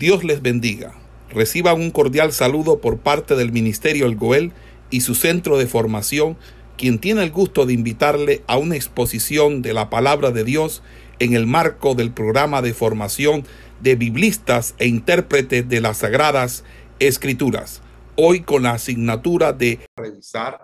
Dios les bendiga. Reciban un cordial saludo por parte del Ministerio El Goel y su centro de formación, quien tiene el gusto de invitarle a una exposición de la palabra de Dios en el marco del programa de formación de biblistas e intérpretes de las Sagradas Escrituras. Hoy con la asignatura de revisar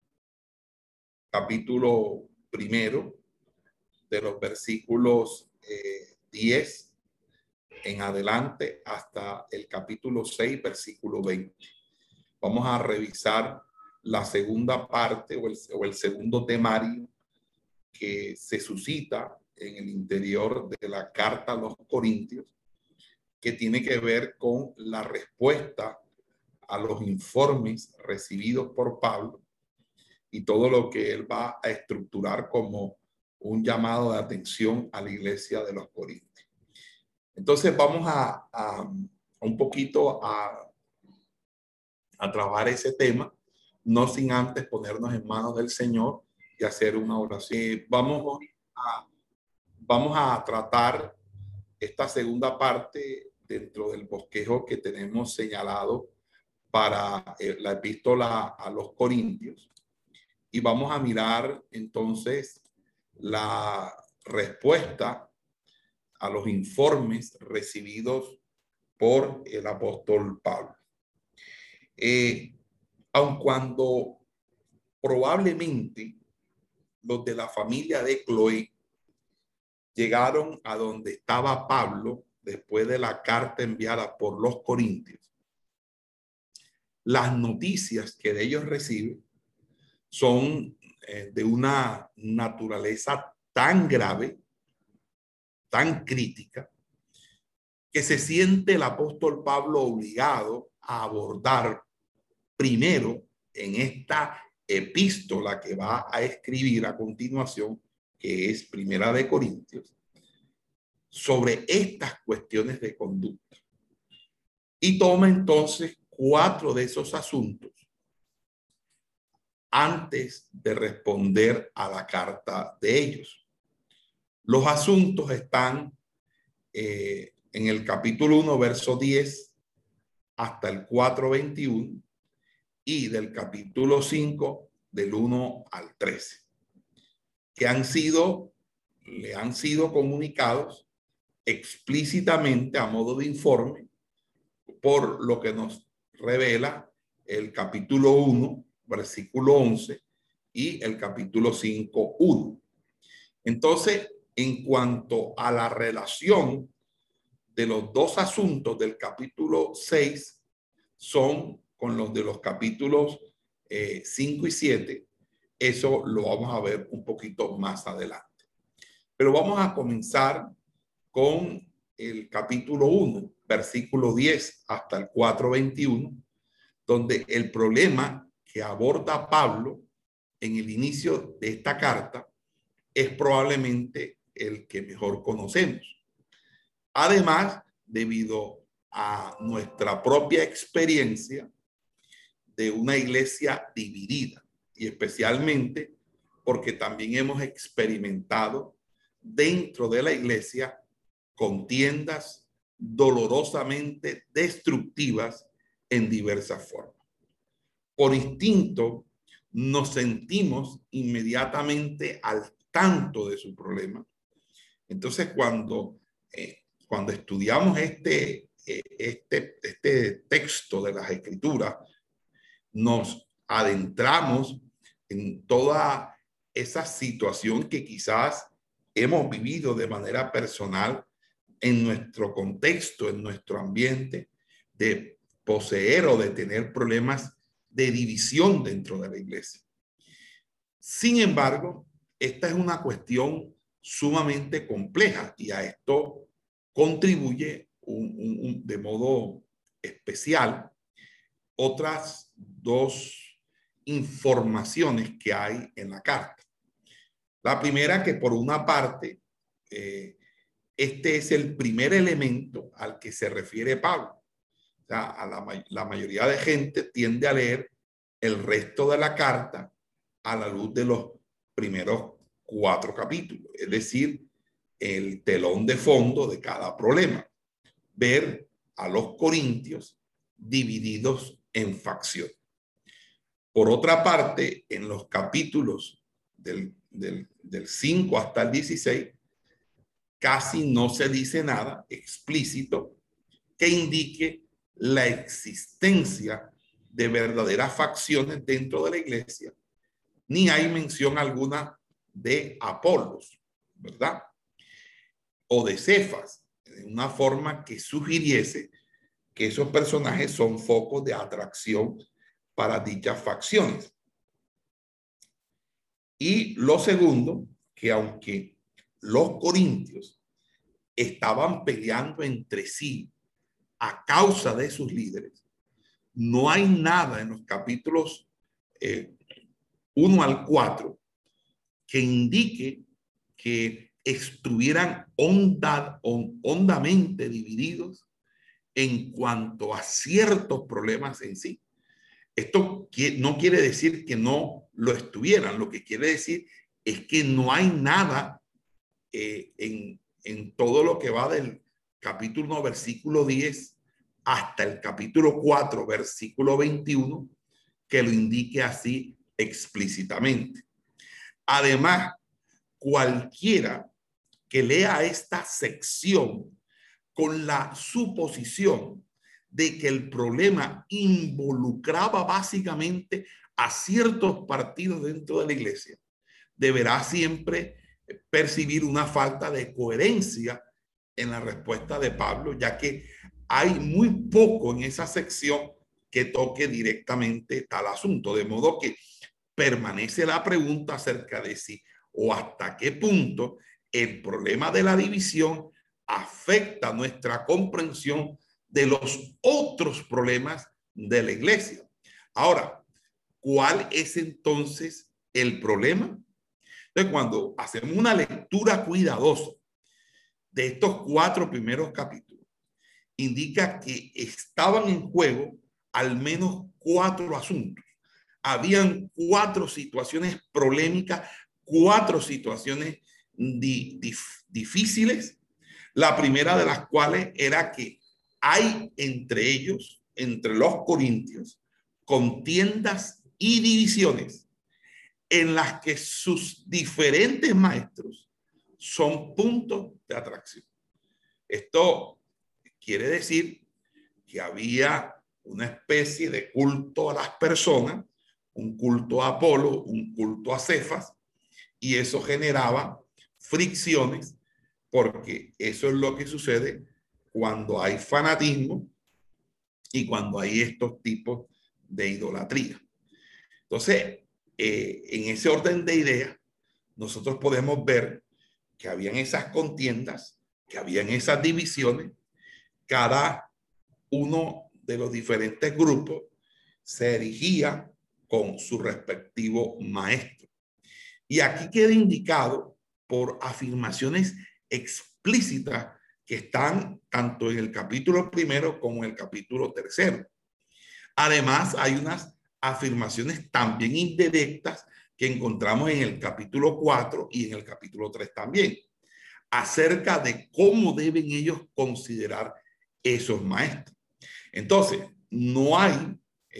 capítulo primero de los versículos 10 en adelante hasta el capítulo 6, versículo 20. Vamos a revisar la segunda parte o el segundo temario que se suscita en el interior de la carta a los Corintios, que tiene que ver con la respuesta a los informes recibidos por Pablo y todo lo que él va a estructurar como un llamado de atención a la iglesia de los Corintios. Entonces vamos a un poquito a trabajar ese tema, no sin antes ponernos en manos del Señor y hacer una oración. Vamos a tratar esta segunda parte dentro del bosquejo que tenemos señalado para la epístola a los Corintios. Y vamos a mirar entonces la respuesta a los informes recibidos por el apóstol Pablo. Aun cuando probablemente los de la familia de Cloé llegaron a donde estaba Pablo después de la carta enviada por los Corintios, las noticias que de ellos reciben son de una naturaleza tan grave, tan crítica, que se siente el apóstol Pablo obligado a abordar primero en esta epístola que va a escribir a continuación, que es Primera de Corintios, sobre estas cuestiones de conducta. Y toma entonces 4 de esos asuntos antes de responder a la carta de ellos. Los asuntos están en el capítulo 1, verso 10 hasta el 4:21 y del capítulo 5 del 1 al 13, que le han sido comunicados explícitamente a modo de informe por lo que nos revela el capítulo 1, versículo 11 y el capítulo 5, 1. Entonces, en cuanto a la relación de los dos asuntos del capítulo 6 son con los de los capítulos 5 y 7, eso lo vamos a ver un poquito más adelante. Pero vamos a comenzar con el capítulo 1, versículo 10 hasta el 4:21, donde el problema que aborda Pablo en el inicio de esta carta es probablemente el que mejor conocemos. Además, debido a nuestra propia experiencia de una iglesia dividida y especialmente porque también hemos experimentado dentro de la iglesia contiendas dolorosamente destructivas en diversas formas. Por instinto, nos sentimos inmediatamente al tanto de su problema. Entonces, cuando estudiamos este texto de las Escrituras, nos adentramos en toda esa situación que quizás hemos vivido de manera personal en nuestro contexto, en nuestro ambiente, de poseer o de tener problemas de división dentro de la iglesia. Sin embargo, esta es una cuestión sumamente compleja y a esto contribuye de modo especial otras 2 informaciones que hay en la carta. La primera, que por una parte, este es el primer elemento al que se refiere Pablo. O sea, la mayoría de gente tiende a leer el resto de la carta a la luz de los primeros 4 capítulos, es decir, el telón de fondo de cada problema. Ver a los corintios divididos en facciones. Por otra parte, en los capítulos del 5 hasta el 16, casi no se dice nada explícito que indique la existencia de verdaderas facciones dentro de la iglesia, ni hay mención alguna de Apolos, ¿verdad? O de Cefas, de una forma que sugiriese que esos personajes son focos de atracción para dichas facciones. Y lo segundo, que aunque los corintios estaban peleando entre sí a causa de sus líderes, no hay nada en los capítulos 1 al 4 que indique que estuvieran hondamente divididos en cuanto a ciertos problemas en sí. Esto no quiere decir que no lo estuvieran, lo que quiere decir es que no hay nada en todo lo que va del capítulo 1, versículo 10, hasta el capítulo 4, versículo 21, que lo indique así explícitamente. Además, cualquiera que lea esta sección con la suposición de que el problema involucraba básicamente a ciertos partidos dentro de la iglesia, deberá siempre percibir una falta de coherencia en la respuesta de Pablo, ya que hay muy poco en esa sección que toque directamente tal asunto, de modo que permanece la pregunta acerca de si o hasta qué punto el problema de la división afecta nuestra comprensión de los otros problemas de la iglesia. Ahora, ¿cuál es entonces el problema? Entonces, cuando hacemos una lectura cuidadosa de estos 4 primeros capítulos, indica que estaban en juego al menos 4 asuntos. Habían 4 situaciones polémicas, 4 situaciones difíciles. La primera de las cuales era que hay entre ellos, entre los corintios, contiendas y divisiones en las que sus diferentes maestros son puntos de atracción. Esto quiere decir que había una especie de culto a las personas, un culto a Apolo, un culto a Cefas, y eso generaba fricciones, porque eso es lo que sucede cuando hay fanatismo y cuando hay estos tipos de idolatría. Entonces, en ese orden de ideas, nosotros podemos ver que habían esas contiendas, que habían esas divisiones. Cada uno de los diferentes grupos se erigía con su respectivo maestro. Y aquí queda indicado por afirmaciones explícitas que están tanto en el capítulo 1 como en el capítulo 3. Además, hay unas afirmaciones también indirectas que encontramos en el capítulo 4 y en el capítulo 3 también, acerca de cómo deben ellos considerar esos maestros. Entonces, no hay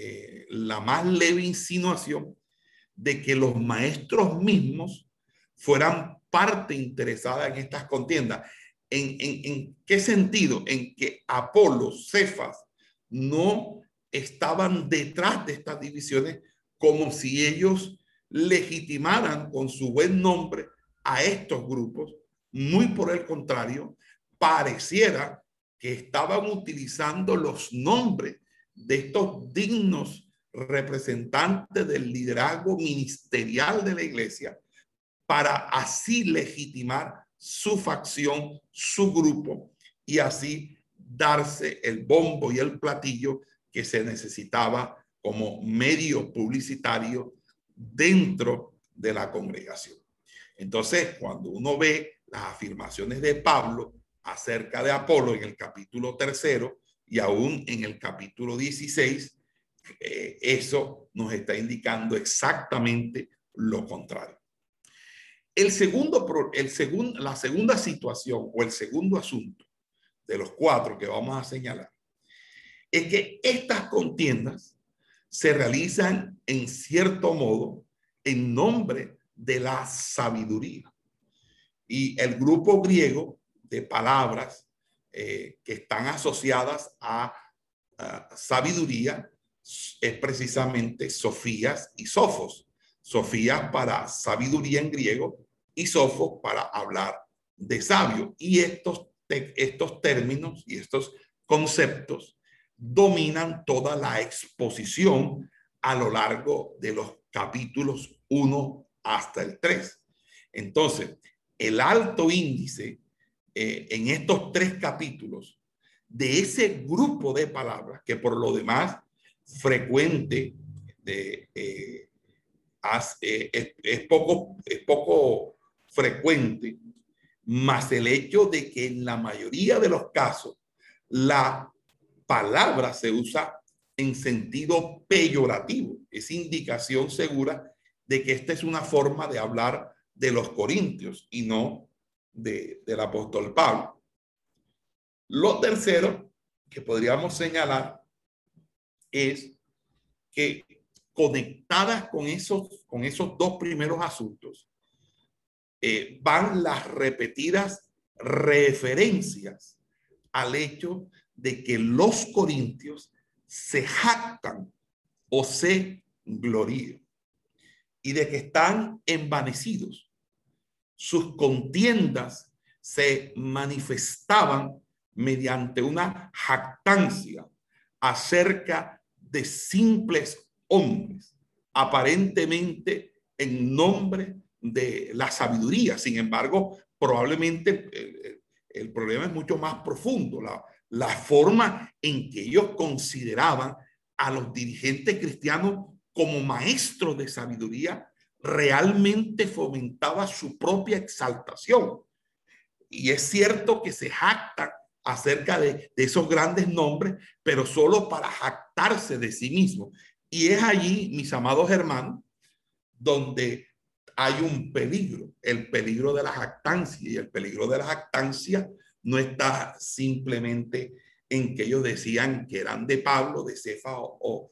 la más leve insinuación de que los maestros mismos fueran parte interesada en estas contiendas. ¿En qué sentido? En que Apolo, Cefas, no estaban detrás de estas divisiones como si ellos legitimaran con su buen nombre a estos grupos. Muy por el contrario, pareciera que estaban utilizando los nombres de estos dignos representantes del liderazgo ministerial de la iglesia para así legitimar su facción, su grupo, y así darse el bombo y el platillo que se necesitaba como medio publicitario dentro de la congregación. Entonces, cuando uno ve las afirmaciones de Pablo acerca de Apolo en el capítulo 3 y aún en el capítulo 16, eso nos está indicando exactamente lo contrario. La segunda situación o el segundo asunto de los 4 que vamos a señalar es que estas contiendas se realizan en cierto modo en nombre de la sabiduría. Y el grupo griego de palabras que están asociadas a sabiduría es precisamente Sofías y Sofos. Sofías para sabiduría en griego y Sofos para hablar de sabio. Y estos términos y estos conceptos dominan toda la exposición a lo largo de los capítulos 1 hasta el 3. Entonces, el alto índice en estos 3 capítulos de ese grupo de palabras que por lo demás frecuente es poco frecuente, más el hecho de que en la mayoría de los casos la palabra se usa en sentido peyorativo. Es indicación segura de que esta es una forma de hablar de los corintios y no del apóstol Pablo. Lo tercero que podríamos señalar es que conectadas con esos 2 primeros asuntos van las repetidas referencias al hecho de que los corintios se jactan o se glorían y de que están envanecidos. Sus contiendas se manifestaban mediante una jactancia acerca de simples hombres, aparentemente en nombre de la sabiduría. Sin embargo, probablemente el problema es mucho más profundo. La forma en que ellos consideraban a los dirigentes cristianos como maestros de sabiduría realmente fomentaba su propia exaltación. Y es cierto que se jactan acerca de esos grandes nombres, pero solo para jactarse de sí mismo. Y es allí, mis amados hermanos, donde hay un peligro, el peligro de la jactancia. Y el peligro de la jactancia no está simplemente en que ellos decían que eran de Pablo, de Cefas o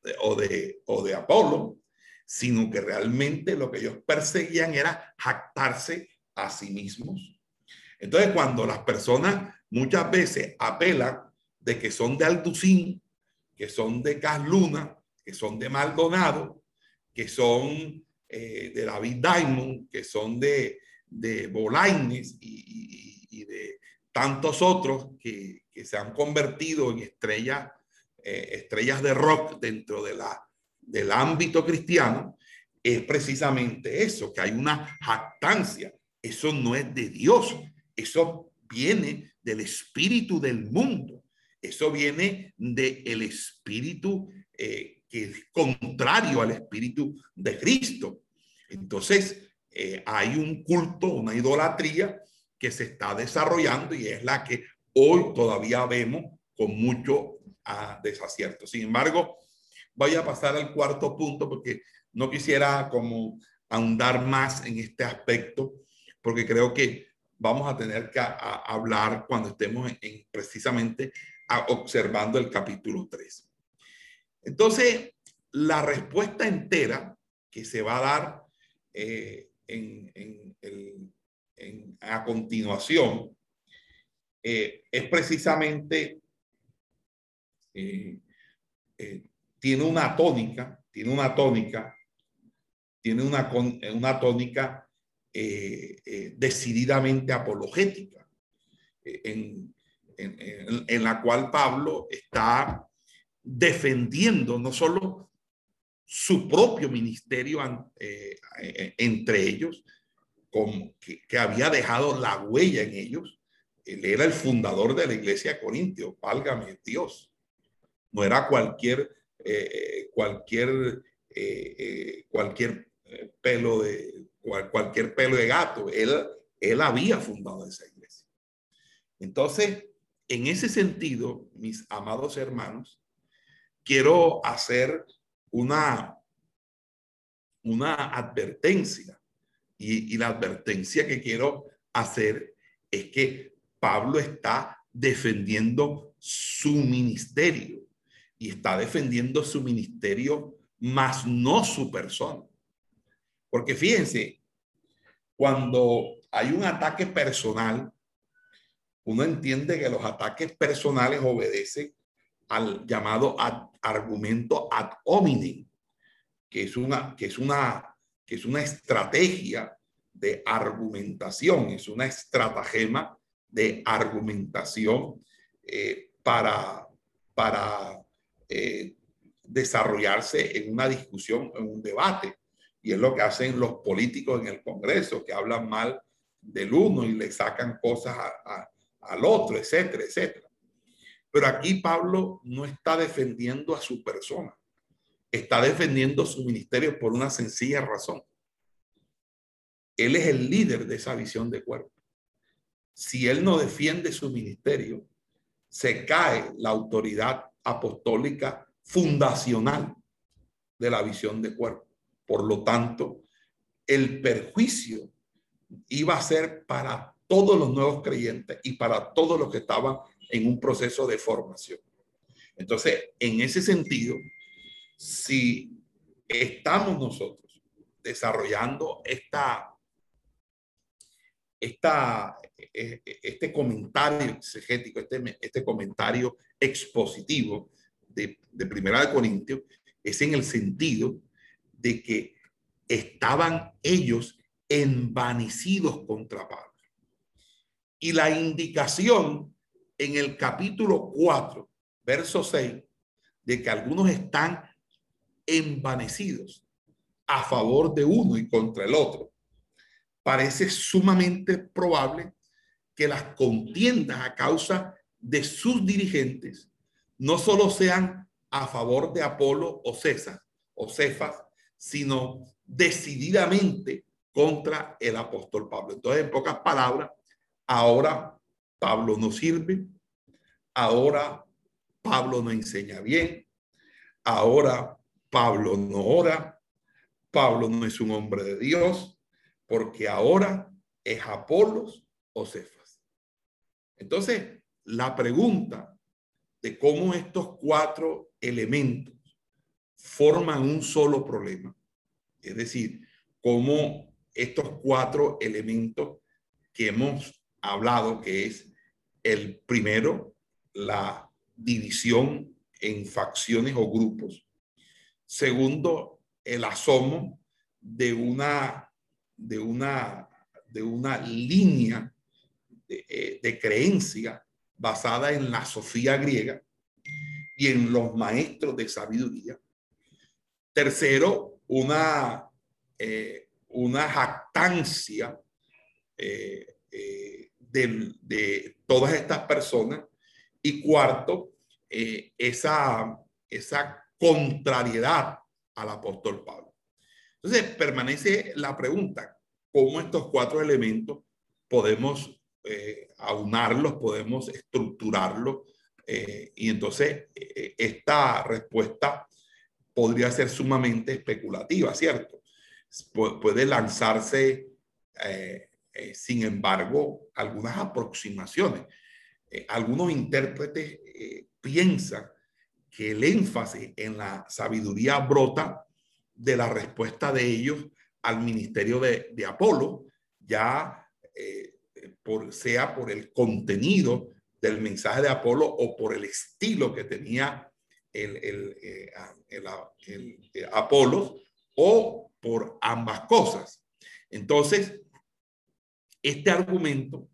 de Apolo, sino que realmente lo que ellos perseguían era jactarse a sí mismos. Entonces, cuando las personas muchas veces apelan de que son de Altucín, que son de Casluna, que son de Maldonado, que son de David Diamond, que son de Bolaines y de tantos otros que se han convertido en estrellas de rock dentro del ámbito cristiano, es precisamente eso, que hay una jactancia. Eso no es de Dios, eso viene del espíritu del mundo, eso viene del espíritu que es contrario al espíritu de Cristo. Entonces, hay un culto, una idolatría que se está desarrollando y es la que hoy todavía vemos con mucho desacierto. Sin embargo, voy a pasar al cuarto punto porque no quisiera como ahondar más en este aspecto, porque creo que vamos a tener que hablar cuando estemos precisamente observando el capítulo 3. Entonces, la respuesta entera que se va a dar a continuación es precisamente tiene una tónica decididamente apologética, en la cual Pablo está defendiendo no solo su propio ministerio entre ellos, como que había dejado la huella en ellos. Él era el fundador de la iglesia de Corintios, válgame Dios. No era cualquier pelo de gato. Él había fundado esa iglesia. Entonces, en ese sentido, mis amados hermanos, quiero hacer una advertencia. Y la advertencia que quiero hacer es que Pablo está defendiendo su ministerio. y está defendiendo su ministerio, mas no su persona. Porque fíjense, cuando hay un ataque personal, uno entiende que los ataques personales obedecen al llamado argumento ad hominem, que es una estrategia de argumentación, es una estratagema de argumentación para desarrollarse en una discusión, en un debate. Y es lo que hacen los políticos en el Congreso, que hablan mal del uno y le sacan cosas al otro, etcétera, etcétera. Pero aquí Pablo no está defendiendo a su persona, está defendiendo su ministerio por una sencilla razón. Él es el líder de esa visión de cuerpo. Si él no defiende su ministerio, se cae la autoridad apostólica fundacional de la visión de cuerpo. Por lo tanto, el perjuicio iba a ser para todos los nuevos creyentes y para todos los que estaban en un proceso de formación. Entonces, en ese sentido, si estamos nosotros desarrollando este comentario exegético, este comentario expositivo de Primera de Corintios, es en el sentido de que estaban ellos envanecidos contra Pablo. Y la indicación en el capítulo 4, verso 6, de que algunos están envanecidos a favor de uno y contra el otro, parece sumamente probable que las contiendas a causa de sus dirigentes no solo sean a favor de Apolo o César o Cefas, sino decididamente contra el apóstol Pablo. Entonces, en pocas palabras, ahora Pablo no sirve, ahora Pablo no enseña bien, ahora Pablo no ora, Pablo no es un hombre de Dios, porque ahora es Apolos o Cefas. Entonces, la pregunta de cómo estos cuatro elementos forman un solo problema, es decir, cómo estos cuatro elementos que hemos hablado, que es el primero, la división en facciones o grupos. Segundo, el asomo de una línea de creencia basada en la sofía griega y en los maestros de sabiduría. Tercero, una jactancia de todas estas personas. Y cuarto, esa contrariedad al apóstol Pablo. Entonces, permanece la pregunta, ¿cómo estos cuatro elementos podemos aunarlos, podemos estructurarlos? Y entonces, esta respuesta podría ser sumamente especulativa, ¿cierto? Puede lanzarse, sin embargo, algunas aproximaciones. Algunos intérpretes piensan que el énfasis en la sabiduría brota de la respuesta de ellos al ministerio de Apolo, ya sea por el contenido del mensaje de Apolo o por el estilo que tenía el Apolo, o por ambas cosas. Entonces, este argumento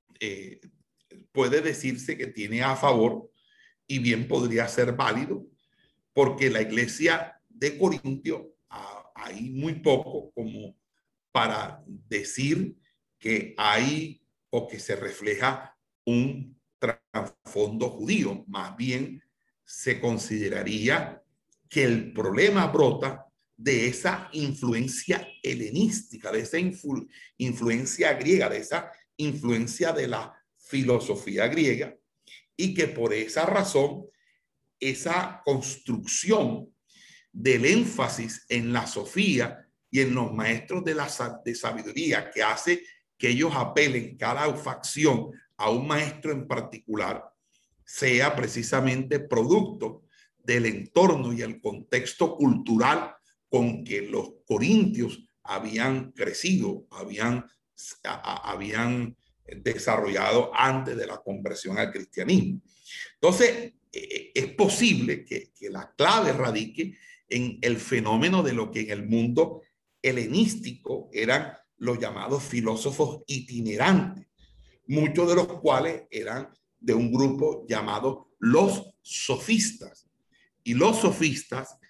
puede decirse que tiene a favor y bien podría ser válido, porque la iglesia de Corintio hay muy poco como para decir que hay o que se refleja un trasfondo judío. Más bien se consideraría que el problema brota de esa influencia helenística, de esa influencia griega, de esa influencia de la filosofía griega, y que por esa razón esa construcción del énfasis en la sofía y en los maestros de sabiduría, que hace que ellos apelen cada facción a un maestro en particular, sea precisamente producto del entorno y el contexto cultural con que los corintios habían crecido, habían desarrollado antes de la conversión al cristianismo. Entonces, es posible que la clave radique en el fenómeno de lo que en el mundo helenístico eran los llamados filósofos itinerantes, muchos de los cuales eran de un grupo llamado los sofistas. Y los sofistas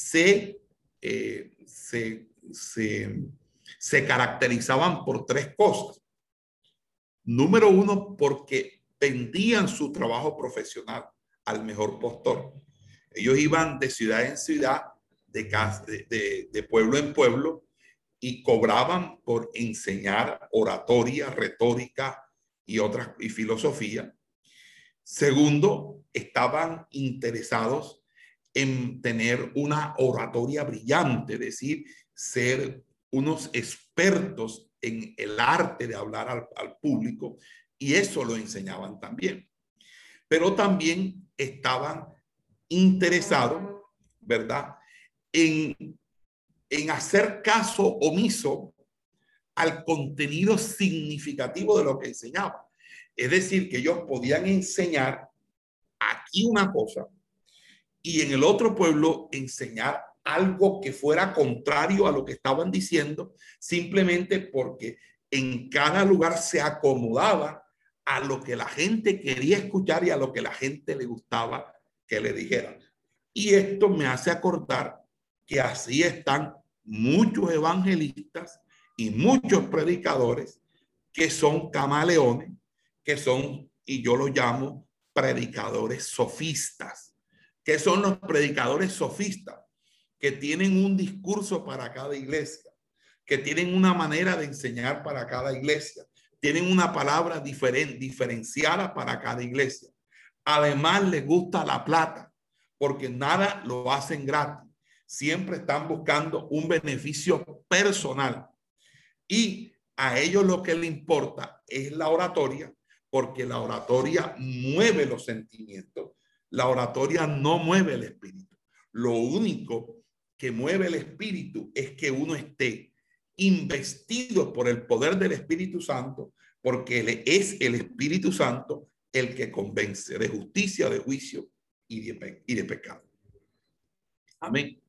se caracterizaban por tres cosas. Número uno, porque vendían su trabajo profesional al mejor postor. Ellos iban de ciudad en ciudad, de pueblo en pueblo, y cobraban por enseñar oratoria, retórica y filosofía. Segundo, estaban interesados en tener una oratoria brillante, es decir, ser unos expertos en el arte de hablar al público, y eso lo enseñaban también. Pero también estaban interesados, ¿verdad?, en hacer caso omiso al contenido significativo de lo que enseñaban. Es decir, que ellos podían enseñar aquí una cosa y en el otro pueblo enseñar algo que fuera contrario a lo que estaban diciendo, simplemente porque en cada lugar se acomodaba a lo que la gente quería escuchar y a lo que la gente le gustaba que le dijeran. Y esto me hace acordar que así están muchos evangelistas y muchos predicadores que son camaleones, que son, y yo los llamo predicadores sofistas. ¿Qué son los predicadores sofistas? Que tienen un discurso para cada iglesia, que tienen una manera de enseñar para cada iglesia, tienen una palabra diferenciada para cada iglesia. Además, les gusta la plata, porque nada lo hacen gratis. Siempre están buscando un beneficio personal. Y a ellos lo que les importa es la oratoria, porque la oratoria mueve los sentimientos. La oratoria no mueve el espíritu. Lo único que mueve el espíritu es que uno esté investido por el poder del Espíritu Santo, porque es el Espíritu Santo el que convence de justicia, de juicio y de pecado. Amén.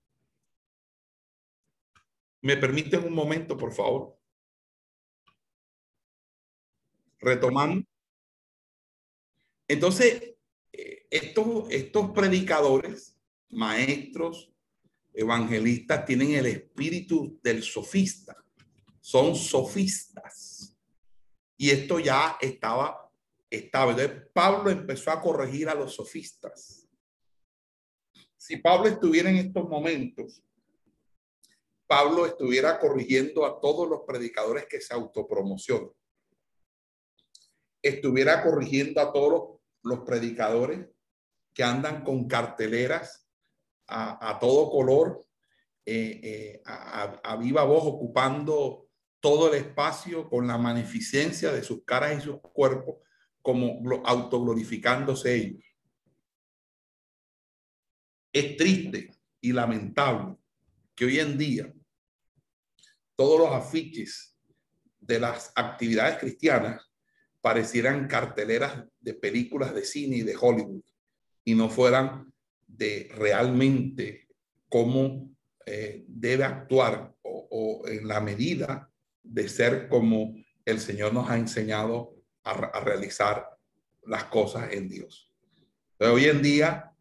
¿Me permiten un momento, por favor? Retomando. Entonces, estos predicadores, maestros, evangelistas, tienen el espíritu del sofista. Son sofistas. Y esto ya estaba. Entonces, Pablo empezó a corregir a los sofistas. Si Pablo estuviera en estos momentos, Pablo estuviera corrigiendo a todos los predicadores que se autopromocionan. Estuviera corrigiendo a todos los predicadores que andan con carteleras a todo color, a viva voz, ocupando todo el espacio con la magnificencia de sus caras y sus cuerpos, como autoglorificándose ellos. Es triste y lamentable que hoy en día todos los afiches de las actividades cristianas parecieran carteleras de películas de cine y de Hollywood y no fueran de realmente cómo debe actuar o en la medida de ser como el Señor nos ha enseñado a realizar las cosas en Dios. Pero hoy en día,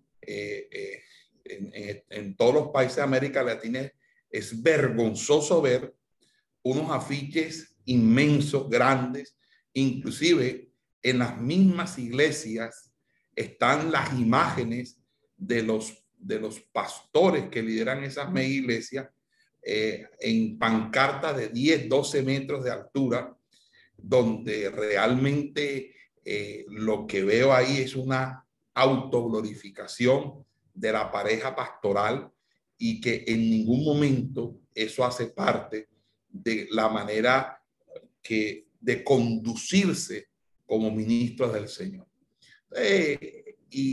en todos los países de América Latina, es vergonzoso ver unos afiches inmensos, grandes, inclusive en las mismas iglesias están las imágenes de los pastores que lideran esas mega iglesias en pancartas de 10, 12 metros de altura, donde realmente lo que veo ahí es una autoglorificación de la pareja pastoral y que en ningún momento eso hace parte de la manera de conducirse como ministros del Señor. Y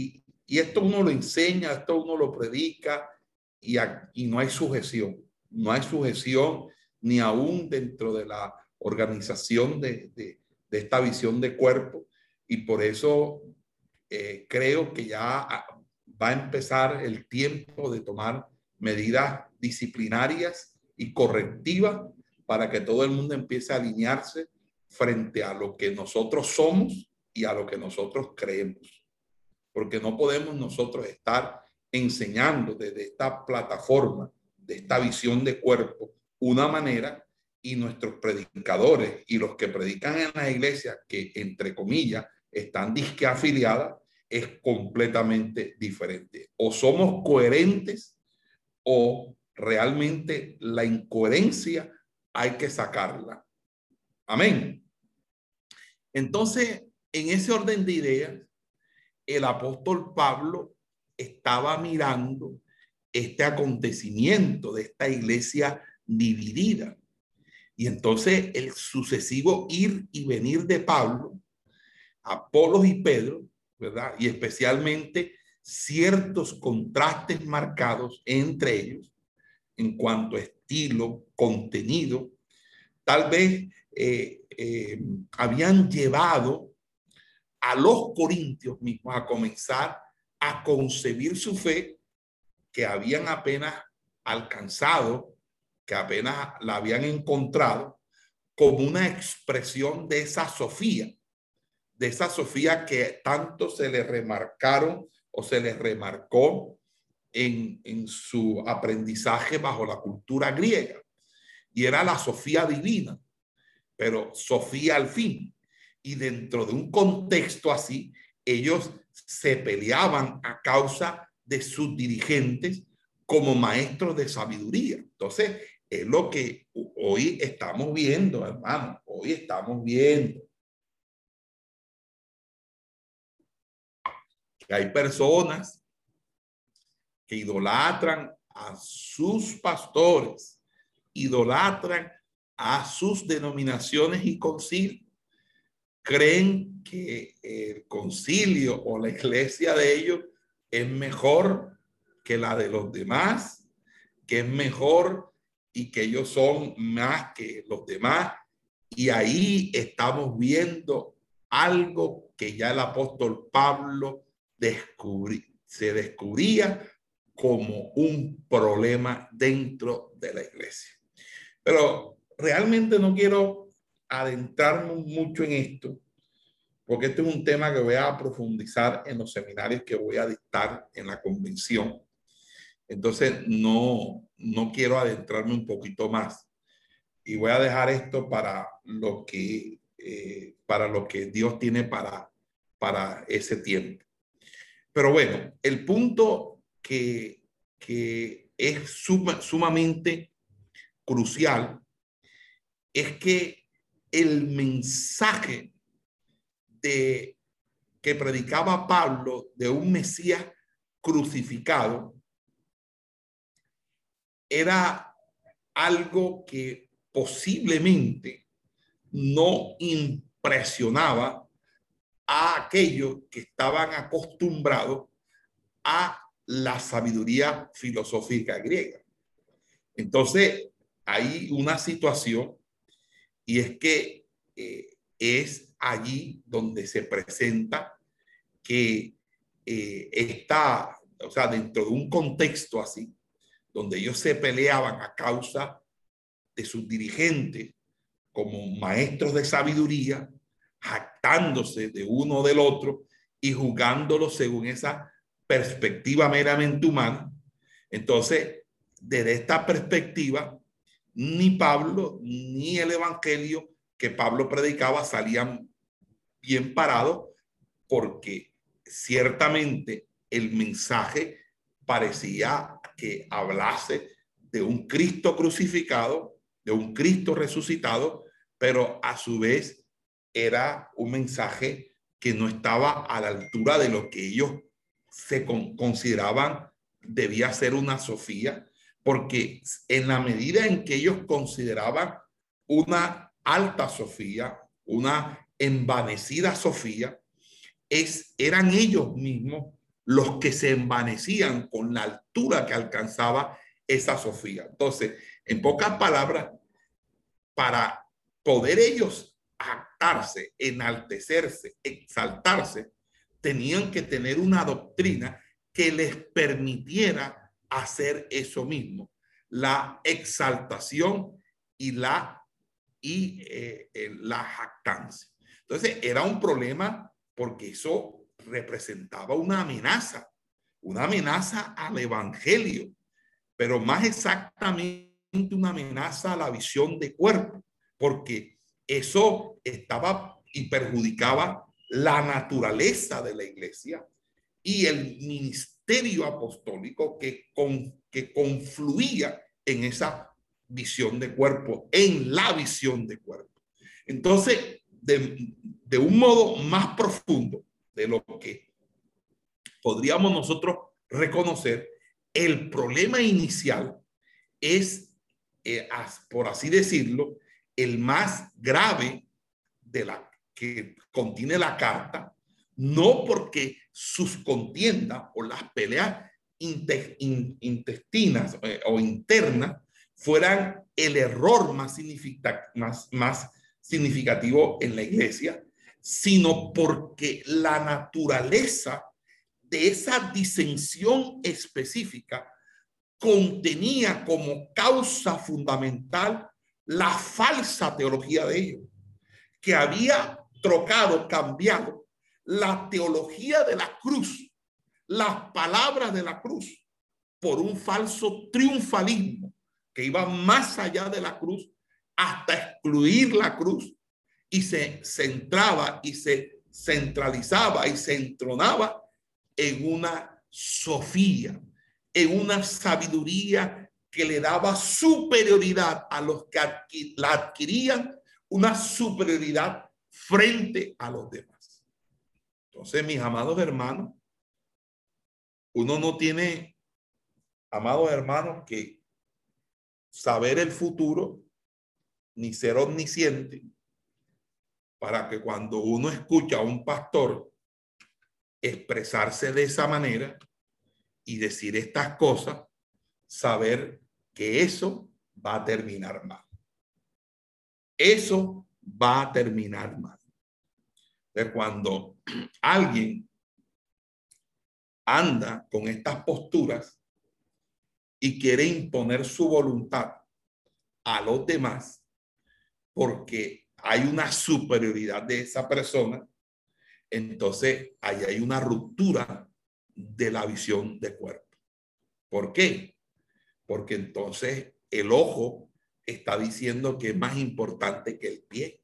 Y esto uno lo enseña, esto uno lo predica y no hay sujeción. No hay sujeción ni aún dentro de la organización de esta visión de cuerpo. Y por eso creo que ya va a empezar el tiempo de tomar medidas disciplinarias y correctivas para que todo el mundo empiece a alinearse frente a lo que nosotros somos y a lo que nosotros creemos. Porque no podemos nosotros estar enseñando desde esta plataforma, de esta visión de cuerpo, una manera, y nuestros predicadores y los que predican en la iglesia, que entre comillas están disque afiliadas, es completamente diferente. O somos coherentes o realmente la incoherencia hay que sacarla. Amén. Entonces, en ese orden de ideas, el apóstol Pablo estaba mirando este acontecimiento de esta iglesia dividida. Y entonces el sucesivo ir y venir de Pablo, Apolos y Pedro, ¿verdad? Y especialmente ciertos contrastes marcados entre ellos en cuanto a estilo, contenido, tal vez habían llevado a los corintios mismos a comenzar a concebir su fe que habían apenas alcanzado, que apenas la habían encontrado, como una expresión de esa Sofía que tanto se le remarcaron o se les remarcó en su aprendizaje bajo la cultura griega. Y era la Sofía divina, pero Sofía al fin. Y dentro de un contexto así, ellos se peleaban a causa de sus dirigentes como maestros de sabiduría. Entonces, es lo que hoy estamos viendo, hermano. Hoy estamos viendo que hay personas que idolatran a sus pastores, idolatran a sus denominaciones y concilios. Creen que el concilio o la iglesia de ellos es mejor que la de los demás, que es mejor y que ellos son más que los demás. Y ahí estamos viendo algo que ya el apóstol Pablo se descubría como un problema dentro de la iglesia. Pero realmente no quiero adentrarme mucho en esto, porque este es un tema que voy a profundizar en los seminarios que voy a dictar en la convención. Entonces no quiero adentrarme un poquito más y voy a dejar esto para lo que Dios tiene para ese tiempo. Pero bueno, el punto que es sumamente crucial es que el mensaje que predicaba Pablo de un Mesías crucificado era algo que posiblemente no impresionaba a aquellos que estaban acostumbrados a la sabiduría filosófica griega. Entonces, hay una situación y es que es allí donde se presenta que está, o sea, dentro de un contexto así, donde ellos se peleaban a causa de sus dirigentes como maestros de sabiduría, jactándose de uno del otro y juzgándolo según esa perspectiva meramente humana. Entonces, desde esta perspectiva, ni Pablo ni el evangelio que Pablo predicaba salían bien parados, porque ciertamente el mensaje parecía que hablase de un Cristo crucificado, de un Cristo resucitado, pero a su vez era un mensaje que no estaba a la altura de lo que ellos se consideraban debía ser una Sofía, porque en la medida en que ellos consideraban una alta Sofía, una envanecida Sofía, eran ellos mismos los que se envanecían con la altura que alcanzaba esa Sofía. Entonces, en pocas palabras, para poder ellos actarse, enaltecerse, exaltarse, tenían que tener una doctrina que les permitiera hacer eso mismo, la exaltación y la jactancia. Entonces era un problema porque eso representaba una amenaza al evangelio, pero más exactamente una amenaza a la visión de cuerpo, porque eso estaba y perjudicaba la naturaleza de la iglesia y el ministerio apostólico que confluía en esa visión de cuerpo, en la visión de cuerpo. Entonces, de un modo más profundo de lo que podríamos nosotros reconocer, el problema inicial es, por así decirlo, el más grave de la que contiene la carta, no porque sus contiendas o las peleas intestinas o internas fueran el error más significativo en la iglesia, sino porque la naturaleza de esa disensión específica contenía como causa fundamental la falsa teología de ellos, que había cambiado la teología de la cruz, las palabras de la cruz, por un falso triunfalismo que iba más allá de la cruz hasta excluir la cruz y se centraba y se centralizaba y se entronaba en una sofía, en una sabiduría que le daba superioridad a los que la adquirían, una superioridad frente a los demás. Entonces, mis amados hermanos, uno no tiene, amados hermanos, que saber el futuro ni ser omnisciente para que cuando uno escucha a un pastor expresarse de esa manera y decir estas cosas, saber que eso va a terminar mal. Eso va a terminar mal. De cuando alguien anda con estas posturas y quiere imponer su voluntad a los demás porque hay una superioridad de esa persona, entonces ahí hay una ruptura de la visión de cuerpo. ¿Por qué? Porque entonces el ojo está diciendo que es más importante que el pie.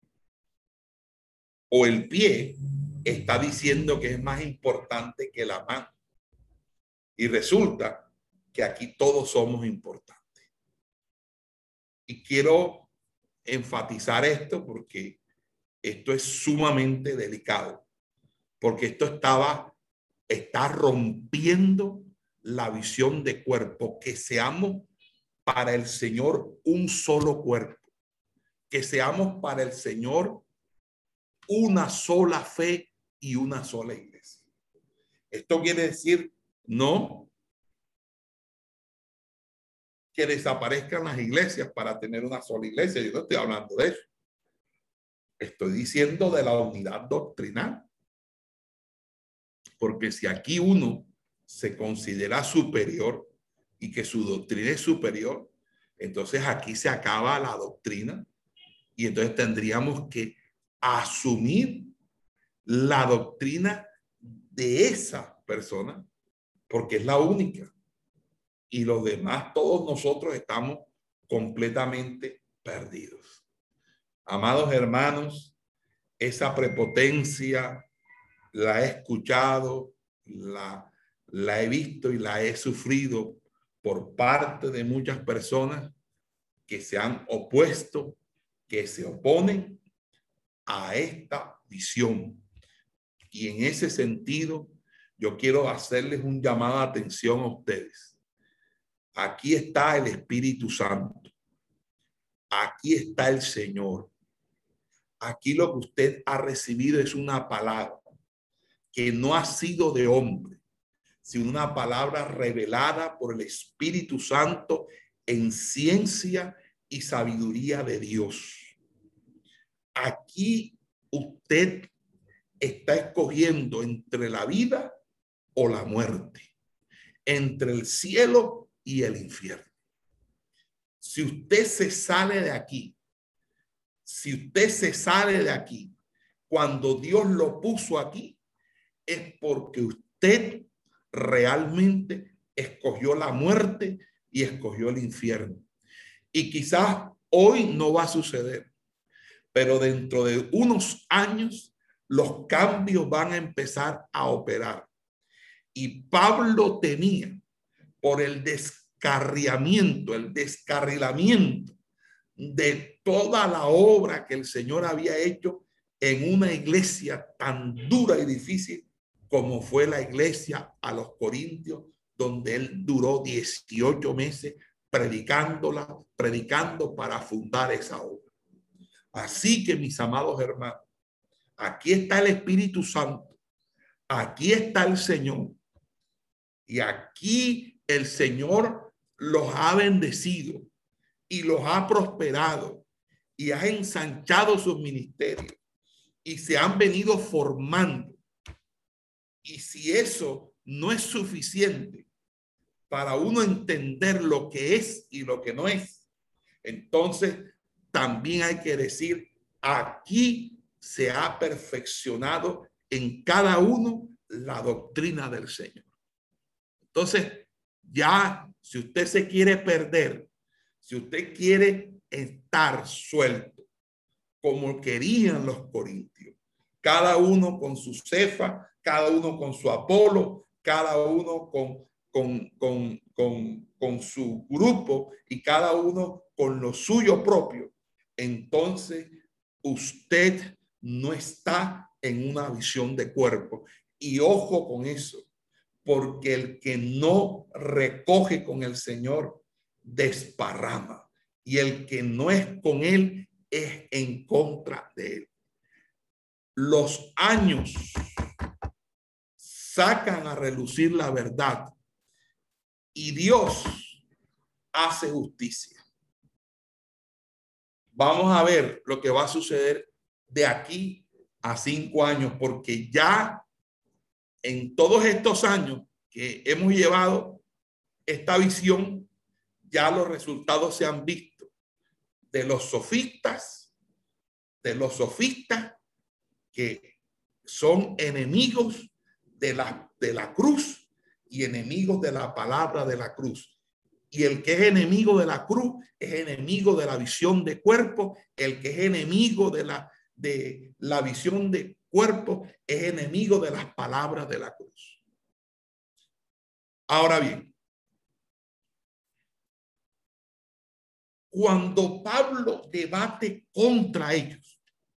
O el pie está diciendo que es más importante que la mano. Y resulta que aquí todos somos importantes. Y quiero enfatizar esto porque esto es sumamente delicado. Porque esto está rompiendo la visión de cuerpo, que seamos para el Señor un solo cuerpo, que seamos para el Señor una sola fe y una sola iglesia. Esto quiere decir no que desaparezcan las iglesias para tener una sola iglesia. Yo no estoy hablando de eso. Estoy diciendo de la unidad doctrinal. Porque si aquí uno se considera superior y que su doctrina es superior, entonces aquí se acaba la doctrina y entonces tendríamos que asumir la doctrina de esa persona porque es la única y los demás, todos nosotros estamos completamente perdidos. Amados hermanos, esa prepotencia la he escuchado, la he visto y la he sufrido por parte de muchas personas que se han opuesto, que se oponen a esta visión. Y en ese sentido, yo quiero hacerles un llamado de atención a ustedes. Aquí está el Espíritu Santo. Aquí está el Señor. Aquí lo que usted ha recibido es una palabra que no ha sido de hombre, sino una palabra revelada por el Espíritu Santo en ciencia y sabiduría de Dios. Aquí usted está escogiendo entre la vida o la muerte, entre el cielo y el infierno. Si usted se sale de aquí, cuando Dios lo puso aquí, es porque usted realmente escogió la muerte y escogió el infierno. Y quizás hoy no va a suceder, pero dentro de unos años los cambios van a empezar a operar. Y Pablo temía por el descarriamiento, el descarrilamiento de toda la obra que el Señor había hecho en una iglesia tan dura y difícil como fue la iglesia a los Corintios, donde él duró 18 meses predicando para fundar esa obra. Así que, mis amados hermanos, aquí está el Espíritu Santo, aquí está el Señor, y aquí el Señor los ha bendecido y los ha prosperado y ha ensanchado sus ministerios y se han venido formando. Y si eso no es suficiente para uno entender lo que es y lo que no es, entonces también hay que decir, aquí se ha perfeccionado en cada uno la doctrina del Señor. Entonces, ya si usted se quiere perder, si usted quiere estar suelto, como querían los corintios, cada uno con su Cefa, cada uno con su Apolo, cada uno con su grupo y cada uno con lo suyo propio, entonces usted no está en una visión de cuerpo. Y ojo con eso, porque el que no recoge con el Señor desparrama, y el que no es con él es en contra de él. Los años sacan a relucir la verdad y Dios hace justicia. Vamos a ver lo que va a suceder de aquí a 5 años, porque ya en todos estos años que hemos llevado esta visión, ya los resultados se han visto de los sofistas que son enemigos de la cruz y enemigos de la palabra de la cruz. Y el que es enemigo de la cruz es enemigo de la visión de cuerpo. El que es enemigo de la visión de cuerpo es enemigo de las palabras de la cruz. Ahora bien, cuando Pablo debate contra ellos,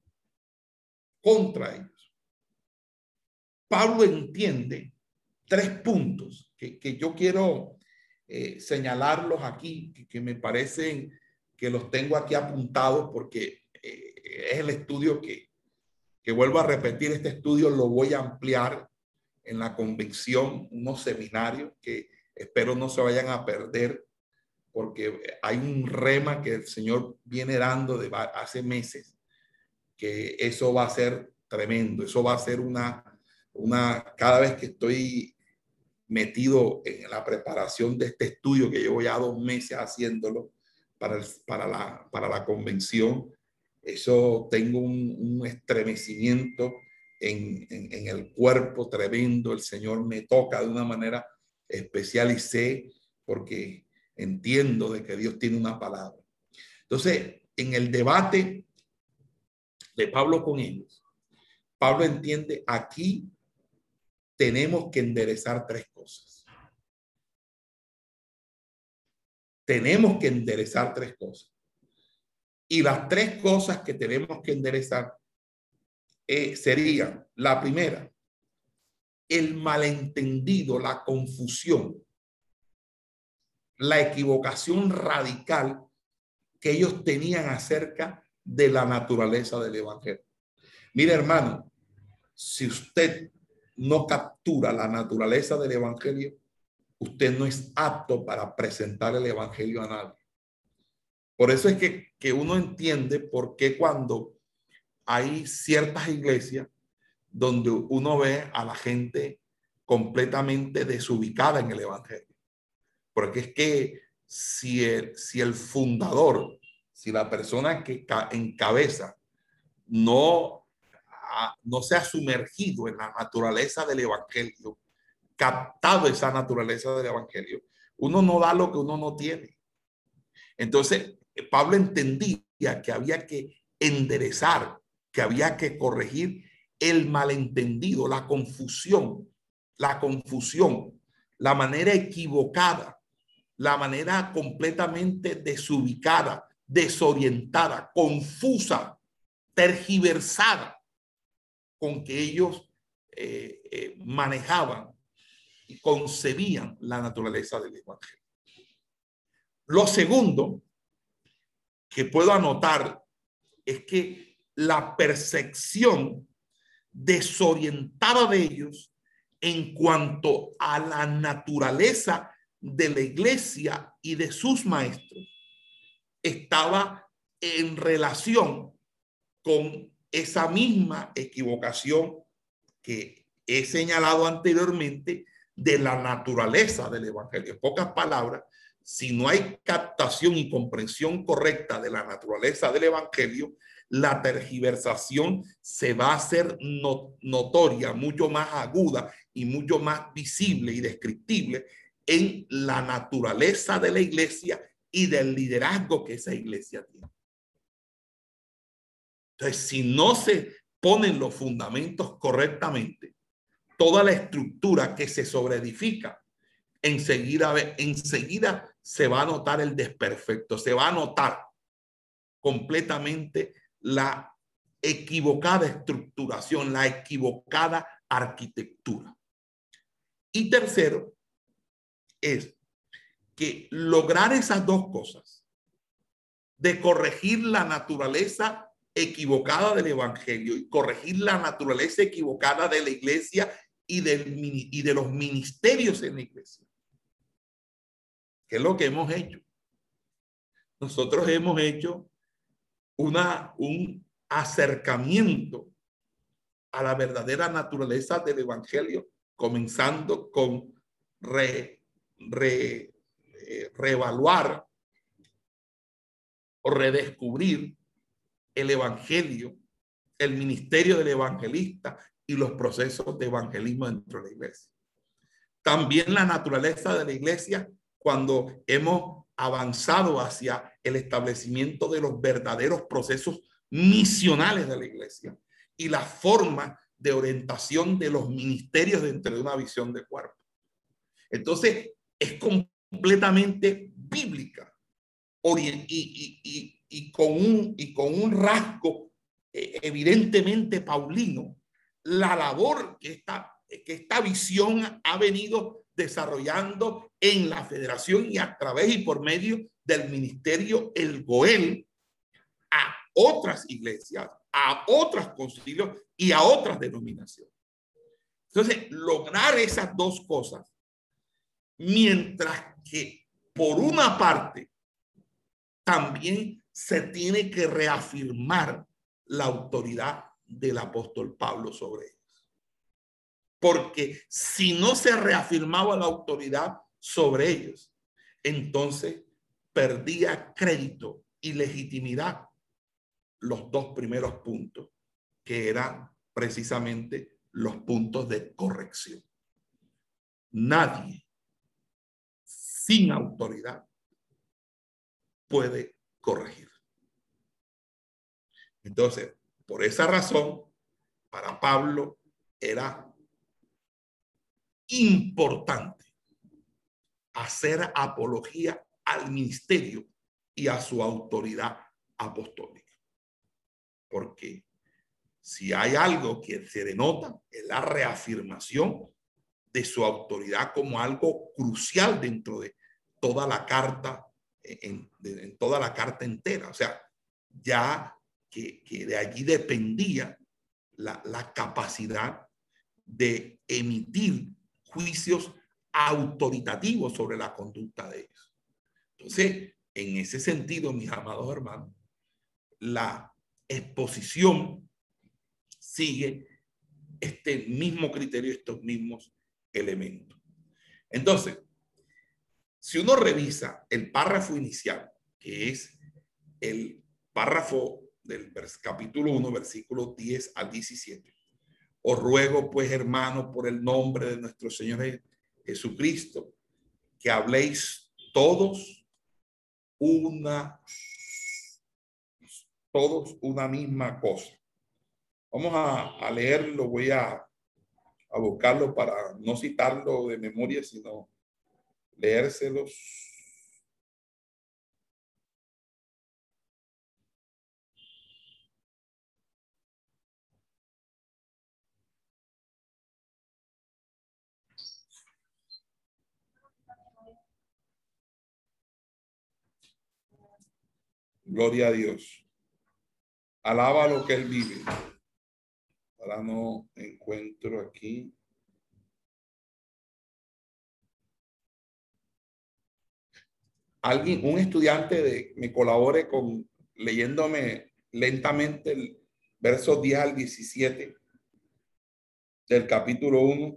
Pablo entiende 3 puntos que yo quiero señalarlos aquí, que me parecen que los tengo aquí apuntados porque es el estudio que vuelvo a repetir. Este estudio lo voy a ampliar en la convicción, unos seminarios que espero no se vayan a perder, porque hay un rema que el Señor viene dando de hace meses, que eso va a ser tremendo. Eso va a ser cada vez que estoy metido en la preparación de este estudio, que llevo ya 2 meses haciéndolo para la convención, eso tengo un estremecimiento en el cuerpo tremendo. El Señor me toca de una manera especial y sé, porque entiendo de que Dios tiene una palabra. Entonces, en el debate de Pablo con ellos, Pablo entiende, aquí tenemos que enderezar 3 cosas. Tenemos que enderezar 3 cosas. Y las 3 cosas que tenemos que enderezar serían: la primera, el malentendido, la confusión, la equivocación radical que ellos tenían acerca de la naturaleza del evangelio. Mire, hermano, si usted no captura la naturaleza del evangelio, usted no es apto para presentar el evangelio a nadie. Por eso es que uno entiende por qué cuando hay ciertas iglesias donde uno ve a la gente completamente desubicada en el evangelio. Porque es que si el fundador, si la persona que encabeza no se ha sumergido en la naturaleza del evangelio, captado esa naturaleza del evangelio, uno no da lo que uno no tiene. Entonces, Pablo entendía que había que enderezar, que había que corregir el malentendido, la confusión, la manera equivocada, la manera completamente desubicada, desorientada, confusa, tergiversada con que ellos manejaban y concebían la naturaleza del evangelio. Lo segundo que puedo anotar es que la percepción desorientada de ellos en cuanto a la naturaleza de la iglesia y de sus maestros estaba en relación con esa misma equivocación que he señalado anteriormente de la naturaleza del evangelio. En pocas palabras, si no hay captación y comprensión correcta de la naturaleza del evangelio, la tergiversación se va a hacer notoria, mucho más aguda y mucho más visible y descriptible en la naturaleza de la iglesia y del liderazgo que esa iglesia tiene. Entonces, si no se ponen los fundamentos correctamente, toda la estructura que se sobreedifica, enseguida se va a notar el desperfecto, se va a notar completamente la equivocada estructuración, la equivocada arquitectura. Y tercero, es que lograr esas dos cosas, de corregir la naturaleza equivocada del evangelio y corregir la naturaleza equivocada de la iglesia y de los ministerios en la iglesia, que es lo que hemos hecho. Nosotros hemos hecho un acercamiento a la verdadera naturaleza del evangelio, comenzando con reevaluar o redescubrir el evangelio, el ministerio del evangelista y los procesos de evangelismo dentro de la iglesia. También la naturaleza de la iglesia cuando hemos avanzado hacia el establecimiento de los verdaderos procesos misionales de la iglesia y la forma de orientación de los ministerios dentro de una visión de cuerpo. Entonces, es completamente bíblica y con un rasgo evidentemente paulino, la labor que esta visión ha venido desarrollando en la federación y a través y por medio del ministerio El Goel a otras iglesias, a otros concilios y a otras denominaciones. Entonces, lograr esas dos cosas, mientras que por una parte también se tiene que reafirmar la autoridad del apóstol Pablo sobre ellos. Porque si no se reafirmaba la autoridad sobre ellos, entonces perdía crédito y legitimidad los dos primeros puntos, que eran precisamente los puntos de corrección. Nadie sin autoridad puede corregir. Entonces, por esa razón, para Pablo era importante hacer apología al ministerio y a su autoridad apostólica. Porque si hay algo que se denota, es la reafirmación de su autoridad como algo crucial dentro de toda la carta, en toda la carta entera. O sea, ya que de allí dependía la capacidad de emitir juicios autoritativos sobre la conducta de ellos. Entonces, en ese sentido, mis amados hermanos, la exposición sigue este mismo criterio, estos mismos elementos. Entonces, si uno revisa el párrafo inicial, que es el párrafo del capítulo 1, versículos 10 al 17, os ruego pues, hermanos, por el nombre de nuestro Señor Jesucristo, que habléis todos una misma cosa. Vamos a leerlo, voy a buscarlo para no citarlo de memoria, sino leérselos. Gloria a Dios. Alaba lo que Él vive. Ahora no encuentro aquí. Alguien, un estudiante me colabore con leyéndome lentamente el verso 10 al 17 del capítulo 1.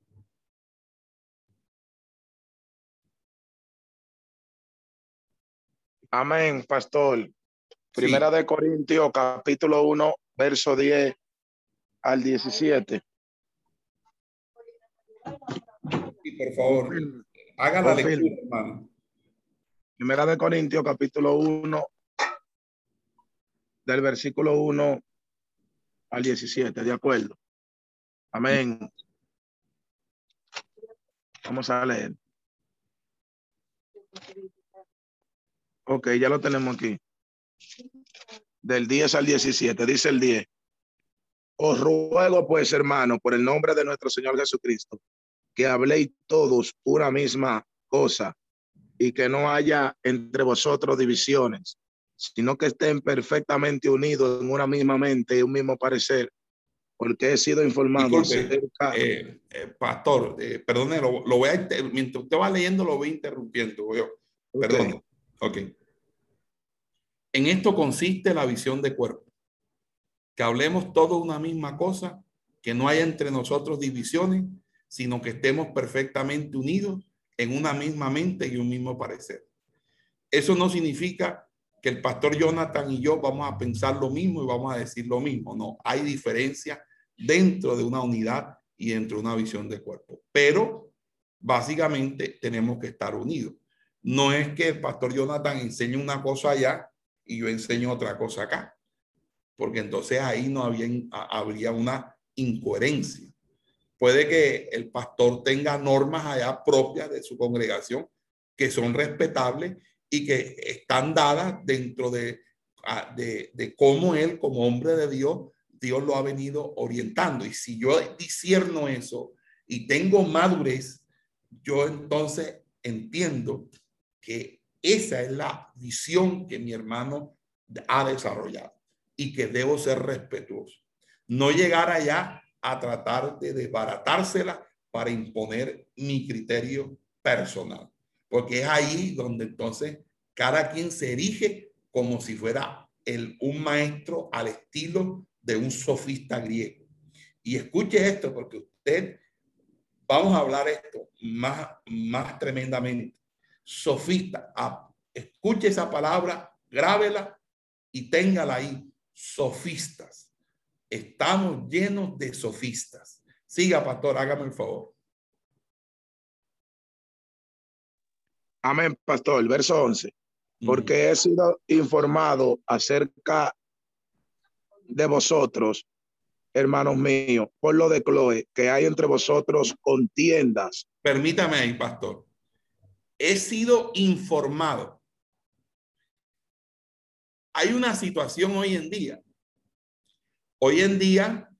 Amén, pastor. Primera Sí. de Corintios, capítulo 1, verso 10 al 17. Sí, por favor, haga la lectura, hermano. Primera de Corintios, capítulo 1, del versículo 1 al 17, ¿de acuerdo? Amén. Vamos a leer. Ok, ya lo tenemos aquí. Del 10 al 17, dice el 10. Os ruego pues, hermano, por el nombre de nuestro Señor Jesucristo, que habléis todos una misma cosa y que no haya entre vosotros divisiones, sino que estén perfectamente unidos en una misma mente y un mismo parecer, porque he sido informado Disculpe, acerca... pastor, perdone, lo voy a, mientras usted va leyendo, lo voy interrumpiendo. Perdone. Okay. Ok. En esto consiste la visión de cuerpo. Que hablemos todos una misma cosa, que no haya entre nosotros divisiones, sino que estemos perfectamente unidos en una misma mente y un mismo parecer. Eso no significa que el pastor Jonathan y yo vamos a pensar lo mismo y vamos a decir lo mismo. No, hay diferencia dentro de una unidad y dentro de una visión de cuerpo. Pero básicamente tenemos que estar unidos. No es que el pastor Jonathan enseñe una cosa allá y yo enseño otra cosa acá, porque entonces ahí no habría una incoherencia. Puede que el pastor tenga normas allá propias de su congregación que son respetables y que están dadas dentro de cómo él, como hombre de Dios, Dios lo ha venido orientando. Y si yo discierno eso y tengo madurez, yo entonces entiendo que esa es la visión que mi hermano ha desarrollado y que debo ser respetuoso. No llegar allá a tratar de desbaratársela para imponer mi criterio personal, porque es ahí donde entonces cada quien se erige como si fuera un maestro al estilo de un sofista griego. Y escuche esto, porque usted, vamos a hablar esto más tremendamente. Sofista, escuche esa palabra, grábela y téngala ahí. Sofistas. Estamos llenos de sofistas. Siga, pastor, hágame el favor. Amén, pastor. Verso 11. Porque he sido informado acerca de vosotros, hermanos míos, por lo de Chloe, que hay entre vosotros contiendas. Permítame ahí, pastor. He sido informado. Hay una situación hoy en día. Hoy en día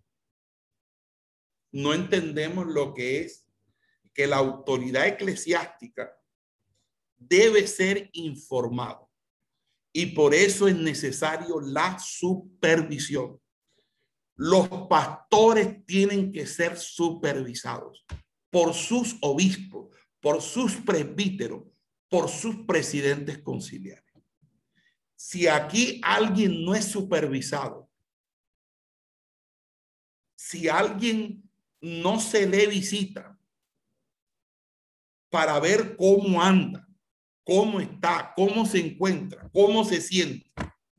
no entendemos lo que es que la autoridad eclesiástica debe ser informada. Y por eso es necesario la supervisión. Los pastores tienen que ser supervisados por sus obispos, por sus presbíteros, por sus presidentes conciliares. Si aquí alguien no es supervisado, si alguien no se le visita para ver cómo anda, cómo está, cómo se encuentra, cómo se siente,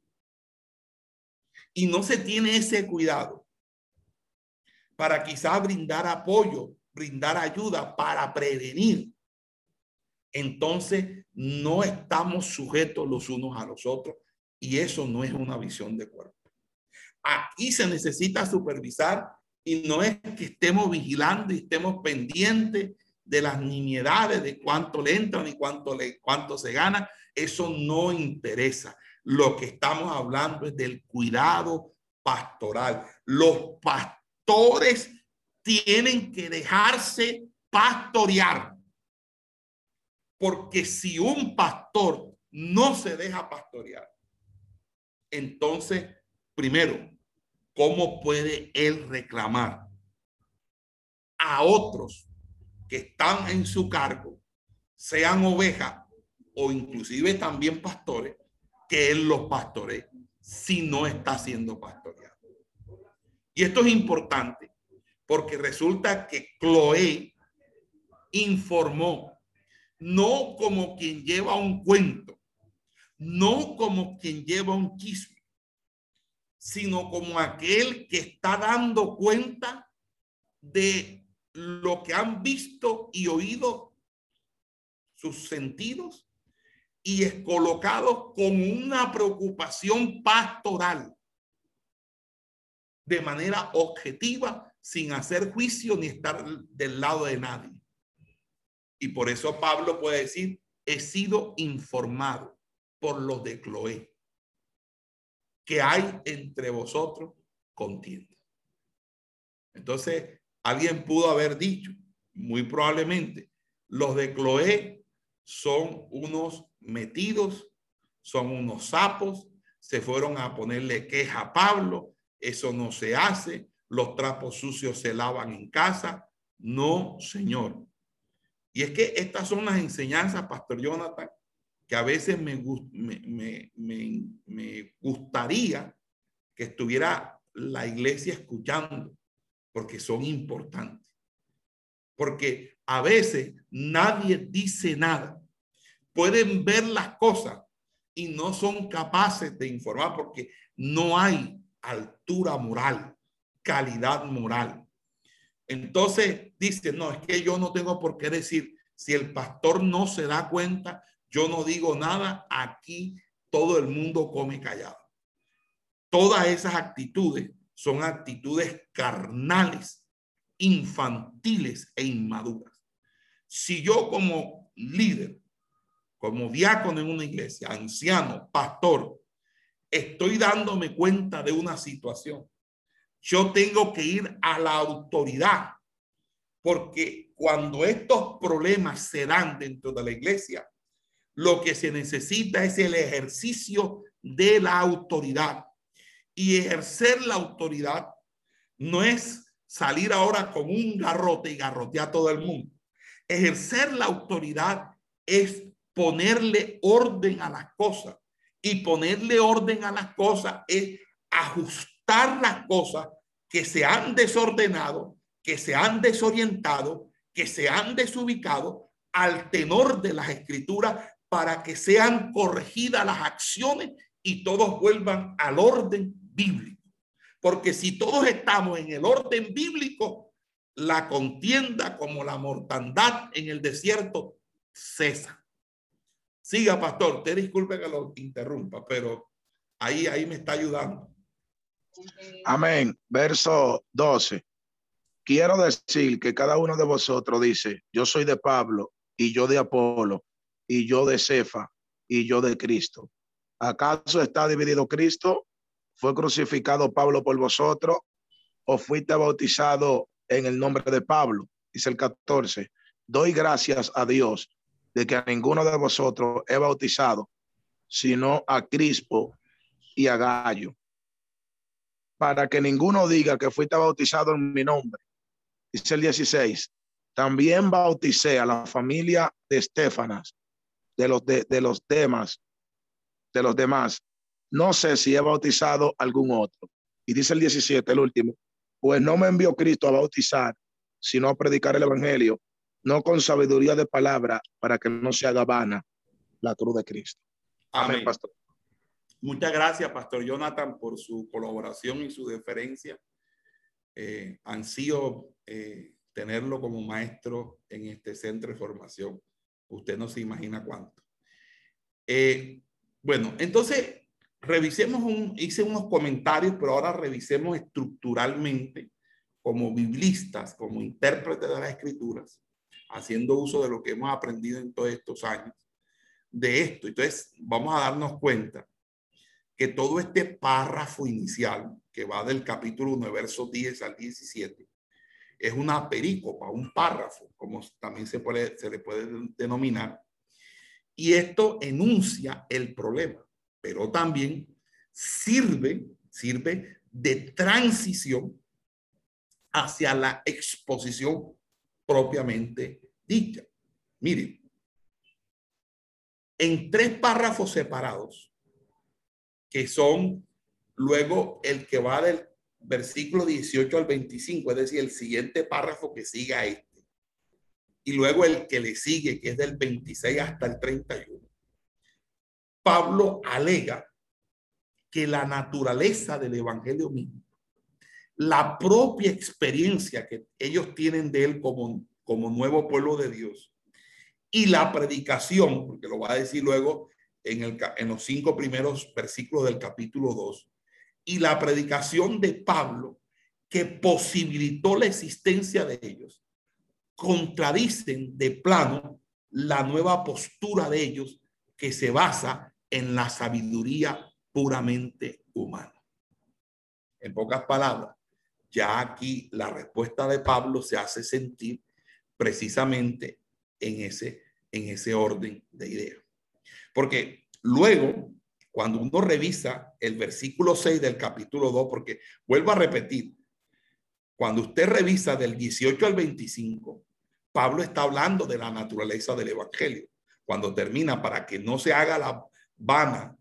y no se tiene ese cuidado para quizás brindar apoyo, brindar ayuda para prevenir, entonces no estamos sujetos los unos a los otros, y eso no es una visión de cuerpo. Aquí se necesita supervisar, y no es que estemos vigilando y estemos pendientes de las nimiedades, de cuánto le entran y cuánto se gana. Eso no interesa. Lo que estamos hablando es del cuidado pastoral. Los pastores tienen que dejarse pastorear, porque si un pastor no se deja pastorear, entonces, primero, ¿cómo puede él reclamar a otros que están en su cargo, sean ovejas o inclusive también pastores, que él los pastoree si no está siendo pastoreado? Y esto es importante porque resulta que Cloé informó, no como quien lleva un cuento, no como quien lleva un chisme, sino como aquel que está dando cuenta de lo que han visto y oído sus sentidos, y es colocado con una preocupación pastoral de manera objetiva, sin hacer juicio ni estar del lado de nadie. Y por eso Pablo puede decir, he sido informado por los de Cloé que hay entre vosotros contienda. Entonces, alguien pudo haber dicho, muy probablemente, los de Cloé son unos metidos, son unos sapos, se fueron a ponerle queja a Pablo, eso no se hace, los trapos sucios se lavan en casa. No, señor. Y es que estas son las enseñanzas, Pastor Jonathan, que a veces me gustaría que estuviera la iglesia escuchando, porque son importantes. Porque a veces nadie dice nada. Pueden ver las cosas y no son capaces de informar, porque no hay altura moral, calidad moral. Entonces dice, no, es que yo no tengo por qué decir. Si el pastor no se da cuenta, yo no digo nada. Aquí todo el mundo come callado. Todas esas actitudes son actitudes carnales, infantiles e inmaduras. Si yo como líder, como diácono en una iglesia, anciano, pastor, estoy dándome cuenta de una situación, yo tengo que ir a la autoridad, porque cuando estos problemas se dan dentro de la iglesia, lo que se necesita es el ejercicio de la autoridad. Y ejercer la autoridad no es salir ahora con un garrote y garrotear a todo el mundo. Ejercer la autoridad es ponerle orden a las cosas, y ponerle orden a las cosas es ajustar las cosas que se han desordenado, que se han desorientado, que se han desubicado al tenor de las escrituras, para que sean corregidas las acciones y todos vuelvan al orden bíblico. Porque si todos estamos en el orden bíblico, la contienda como la mortandad en el desierto cesa. Siga, pastor. Te disculpe que lo interrumpa, pero ahí me está ayudando. Amén. Verso 12. Quiero decir que cada uno de vosotros dice, yo soy de Pablo, y yo de Apolo, y yo de Cefa, y yo de Cristo. ¿Acaso está dividido Cristo? ¿Fue crucificado Pablo por vosotros? ¿O fuiste bautizado en el nombre de Pablo? Dice el 14. Doy gracias a Dios de que a ninguno de vosotros he bautizado, sino a Crispo y a Gallo. para que ninguno diga que fuiste bautizado en mi nombre. Dice el 16, también bauticé a la familia de Estefanas, de los demás. No sé si he bautizado algún otro. Y dice el 17, el último, pues no me envió Cristo a bautizar, sino a predicar el evangelio, no con sabiduría de palabra, para que no se haga vana la cruz de Cristo. Amén, Amén. pastor. Muchas gracias, Pastor Jonathan, por su colaboración y su deferencia. Ansío tenerlo como maestro en este centro de formación. Usted no se imagina cuánto. Bueno, entonces revisemos, hice unos comentarios, pero ahora revisemos estructuralmente como biblistas, como intérpretes de las escrituras, haciendo uso de lo que hemos aprendido en todos estos años de esto. Entonces vamos a darnos cuenta que todo este párrafo inicial que va del capítulo 1, versos 10 al 17, es una perícopa, un párrafo, como también se le puede denominar. Y esto enuncia el problema, pero también sirve de transición hacia la exposición propiamente dicha. Miren, en 3 párrafos separados, que son luego el que va del versículo 18 al 25, es decir, el siguiente párrafo que siga este, y luego el que le sigue, que es del 26 hasta el 31. Pablo alega que la naturaleza del evangelio mismo, la propia experiencia que ellos tienen de él como nuevo pueblo de Dios, y la predicación, porque lo va a decir luego en los 5 primeros versículos del capítulo 2, y la predicación de Pablo que posibilitó la existencia de ellos, contradicen de plano la nueva postura de ellos que se basa en la sabiduría puramente humana. En pocas palabras, ya aquí la respuesta de Pablo se hace sentir precisamente en ese orden de ideas. Porque luego, cuando uno revisa el versículo 6 del capítulo 2, porque vuelvo a repetir, cuando usted revisa del 18 al 25, Pablo está hablando de la naturaleza del evangelio. Cuando termina, para que no se haga vana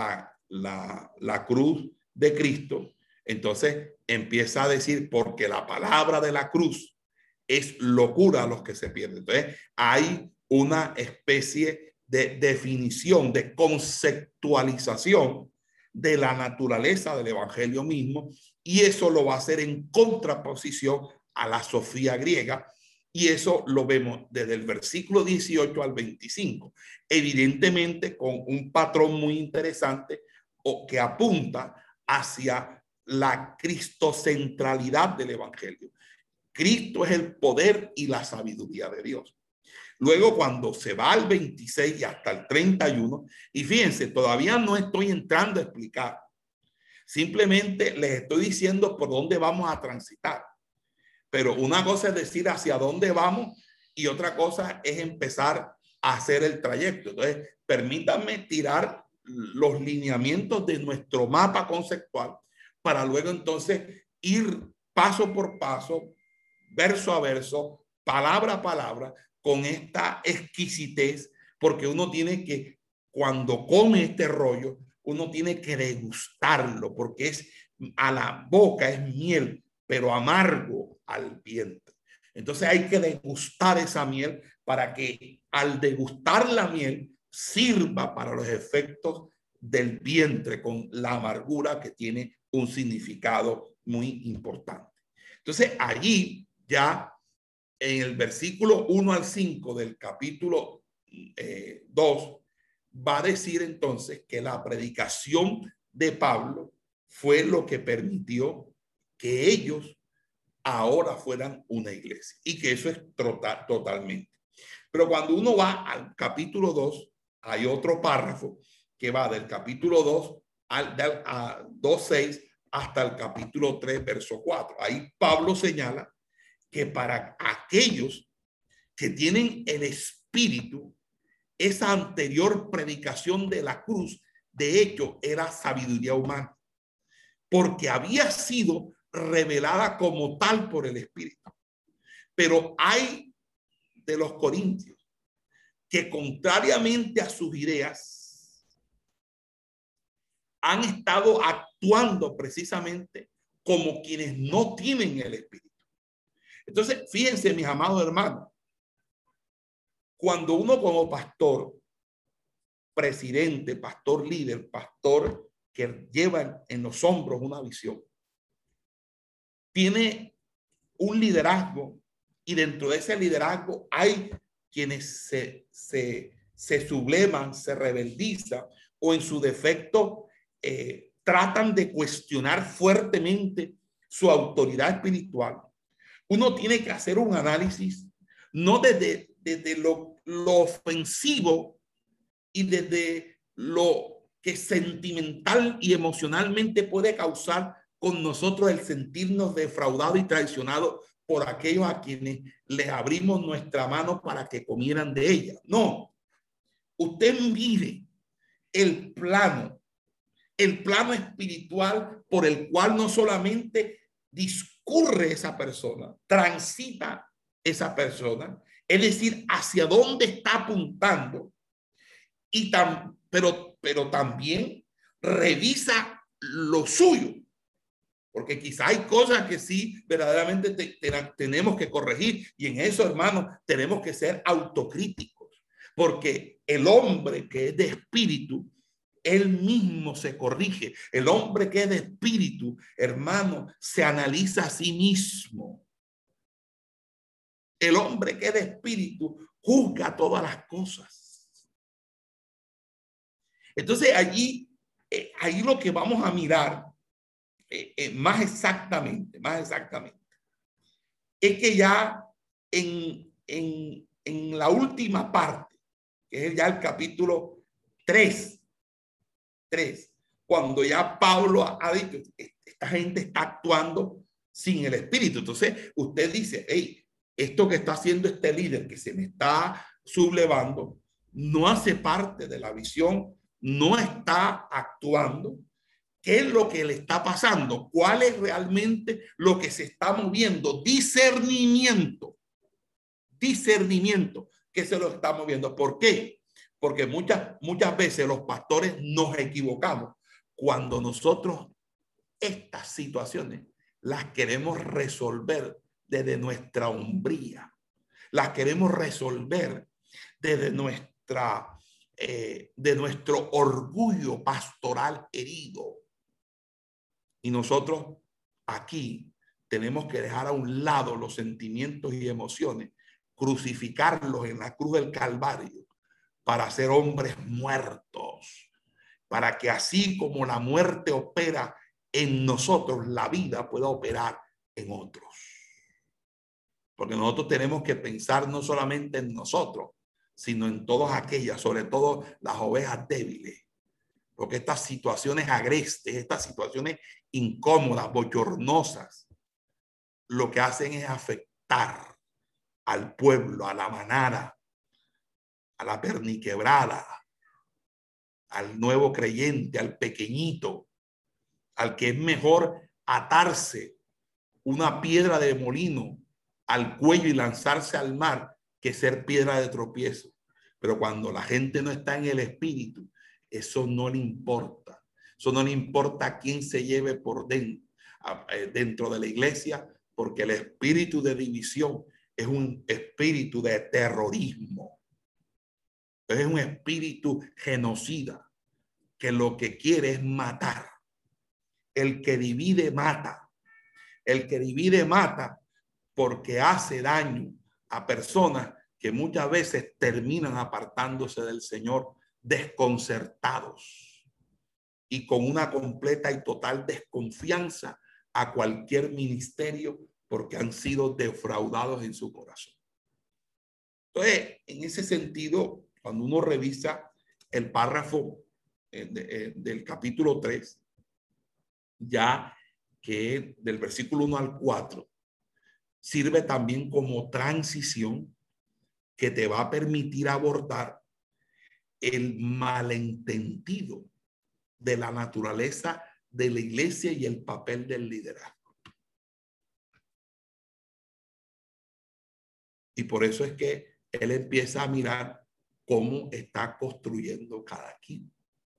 la cruz de Cristo, entonces empieza a decir, porque la palabra de la cruz es locura a los que se pierden. Entonces hay una especie de definición, de conceptualización de la naturaleza del evangelio mismo, y eso lo va a hacer en contraposición a la sofía griega, y eso lo vemos desde el versículo 18 al 25, evidentemente con un patrón muy interesante o que apunta hacia la cristocentralidad del evangelio. Cristo es el poder y la sabiduría de Dios. Luego, cuando se va al 26 y hasta el 31, y fíjense, todavía no estoy entrando a explicar, simplemente les estoy diciendo por dónde vamos a transitar. Pero una cosa es decir hacia dónde vamos y otra cosa es empezar a hacer el trayecto. Entonces, permítanme tirar los lineamientos de nuestro mapa conceptual para luego entonces ir paso por paso, verso a verso, palabra a palabra, con esta exquisitez, porque uno tiene que, cuando come este rollo, uno tiene que degustarlo, porque es a la boca es miel, pero amargo al vientre. Entonces hay que degustar esa miel para que al degustar la miel sirva para los efectos del vientre con la amargura que tiene un significado muy importante. Entonces allí ya en el versículo 1 al 5 del capítulo 2 va a decir entonces que la predicación de Pablo fue lo que permitió que ellos ahora fueran una iglesia, y que eso es totalmente. Pero cuando uno va al capítulo 2, hay otro párrafo que va del capítulo 2 al 2.6 hasta el capítulo 3, verso 4. Ahí Pablo señala que para aquellos que tienen el espíritu, esa anterior predicación de la cruz, de hecho, era sabiduría humana. porque había sido revelada como tal por el Espíritu. Pero hay de los corintios que, contrariamente a sus ideas, han estado actuando precisamente como quienes no tienen el Espíritu. Entonces, fíjense, mis amados hermanos, cuando uno como pastor, presidente, pastor líder, pastor que lleva en los hombros una visión, tiene un liderazgo, y dentro de ese liderazgo hay quienes se sublevan, se rebeldizan, o en su defecto tratan de cuestionar fuertemente su autoridad espiritual. Uno tiene que hacer un análisis no desde lo ofensivo y desde lo que sentimental y emocionalmente puede causar con nosotros el sentirnos defraudados y traicionados por aquellos a quienes les abrimos nuestra mano para que comieran de ella. No, usted mire el plano espiritual por el cual no solamente discurre esa persona, transita esa persona, es decir, hacia dónde está apuntando, y pero también revisa lo suyo, porque quizá hay cosas que sí verdaderamente tenemos que corregir, y en eso, hermanos, tenemos que ser autocríticos, porque el hombre que es de espíritu, él mismo se corrige. El hombre que es de espíritu, hermano, se analiza a sí mismo. El hombre que es de espíritu juzga todas las cosas. Entonces ahí lo que vamos a mirar más exactamente, es que ya en la última parte, que es ya el capítulo 3, cuando ya Pablo ha dicho, esta gente está actuando sin el Espíritu. Entonces usted dice, hey, esto que está haciendo este líder que se me está sublevando no hace parte de la visión, no está actuando. ¿Qué es lo que le está pasando? ¿Cuál es realmente lo que se está moviendo? Discernimiento que se lo está moviendo. ¿Por qué? Porque muchas veces los pastores nos equivocamos cuando nosotros estas situaciones las queremos resolver desde nuestra hombría, las queremos resolver desde de nuestro orgullo pastoral herido. Y nosotros aquí tenemos que dejar a un lado los sentimientos y emociones, crucificarlos en la cruz del Calvario para ser hombres muertos, para que así como la muerte opera en nosotros, la vida pueda operar en otros. Porque nosotros tenemos que pensar no solamente en nosotros, sino en todas aquellas, sobre todo las ovejas débiles. Porque estas situaciones agrestes, estas situaciones incómodas, bochornosas, lo que hacen es afectar al pueblo, a la manada, a la perniquebrada, al nuevo creyente, al pequeñito, al que es mejor atarse una piedra de molino al cuello y lanzarse al mar que ser piedra de tropiezo. Pero cuando la gente no está en el espíritu, eso no le importa. Eso no le importa a quién se lleve por dentro de la iglesia, porque el espíritu de división es un espíritu de terrorismo. Es un espíritu genocida que lo que quiere es matar. El que divide mata. El que divide mata porque hace daño a personas que muchas veces terminan apartándose del Señor desconcertados y con una completa y total desconfianza a cualquier ministerio porque han sido defraudados en su corazón. Entonces, en ese sentido, cuando uno revisa el párrafo del capítulo 3, ya que del versículo 1 al 4, sirve también como transición que te va a permitir abordar el malentendido de la naturaleza de la iglesia y el papel del liderazgo. Y por eso es que él empieza a mirar cómo está construyendo cada quien.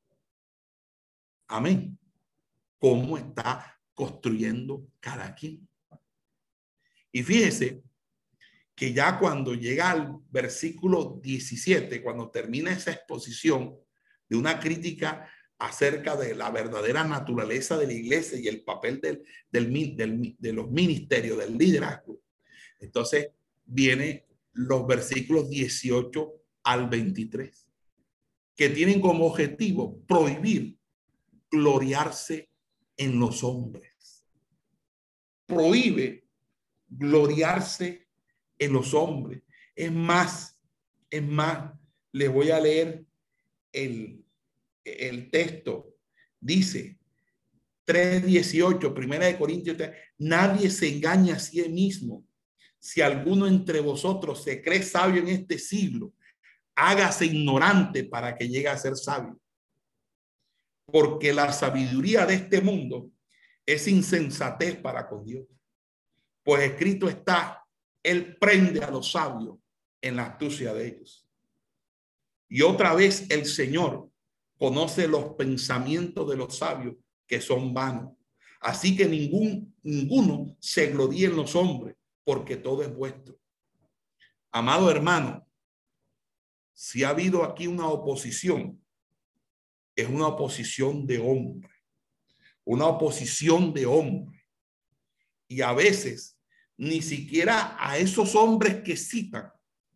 Amén. Cómo está construyendo cada quien. Y fíjese que ya cuando llega al versículo 17, cuando termina esa exposición de una crítica acerca de la verdadera naturaleza de la iglesia y el papel de los ministerios, del liderazgo, entonces vienen los versículos 18 al 23, que tienen como objetivo prohibir gloriarse en los hombres. Prohíbe gloriarse en los hombres. Es más, les voy a leer el texto. Dice 3:18, Primera de Corintios 3, nadie se engaña a sí mismo. Si alguno entre vosotros se cree sabio en este siglo, hágase ignorante para que llegue a ser sabio. Porque la sabiduría de este mundo es insensatez para con Dios. Pues escrito está, él prende a los sabios en la astucia de ellos. Y otra vez el Señor conoce los pensamientos de los sabios, que son vanos. Así que ninguno se gloríe en los hombres, porque todo es vuestro. Amado hermano, si ha habido aquí una oposición, es una oposición de hombre. Una oposición de hombre. Y a veces ni siquiera a esos hombres que citan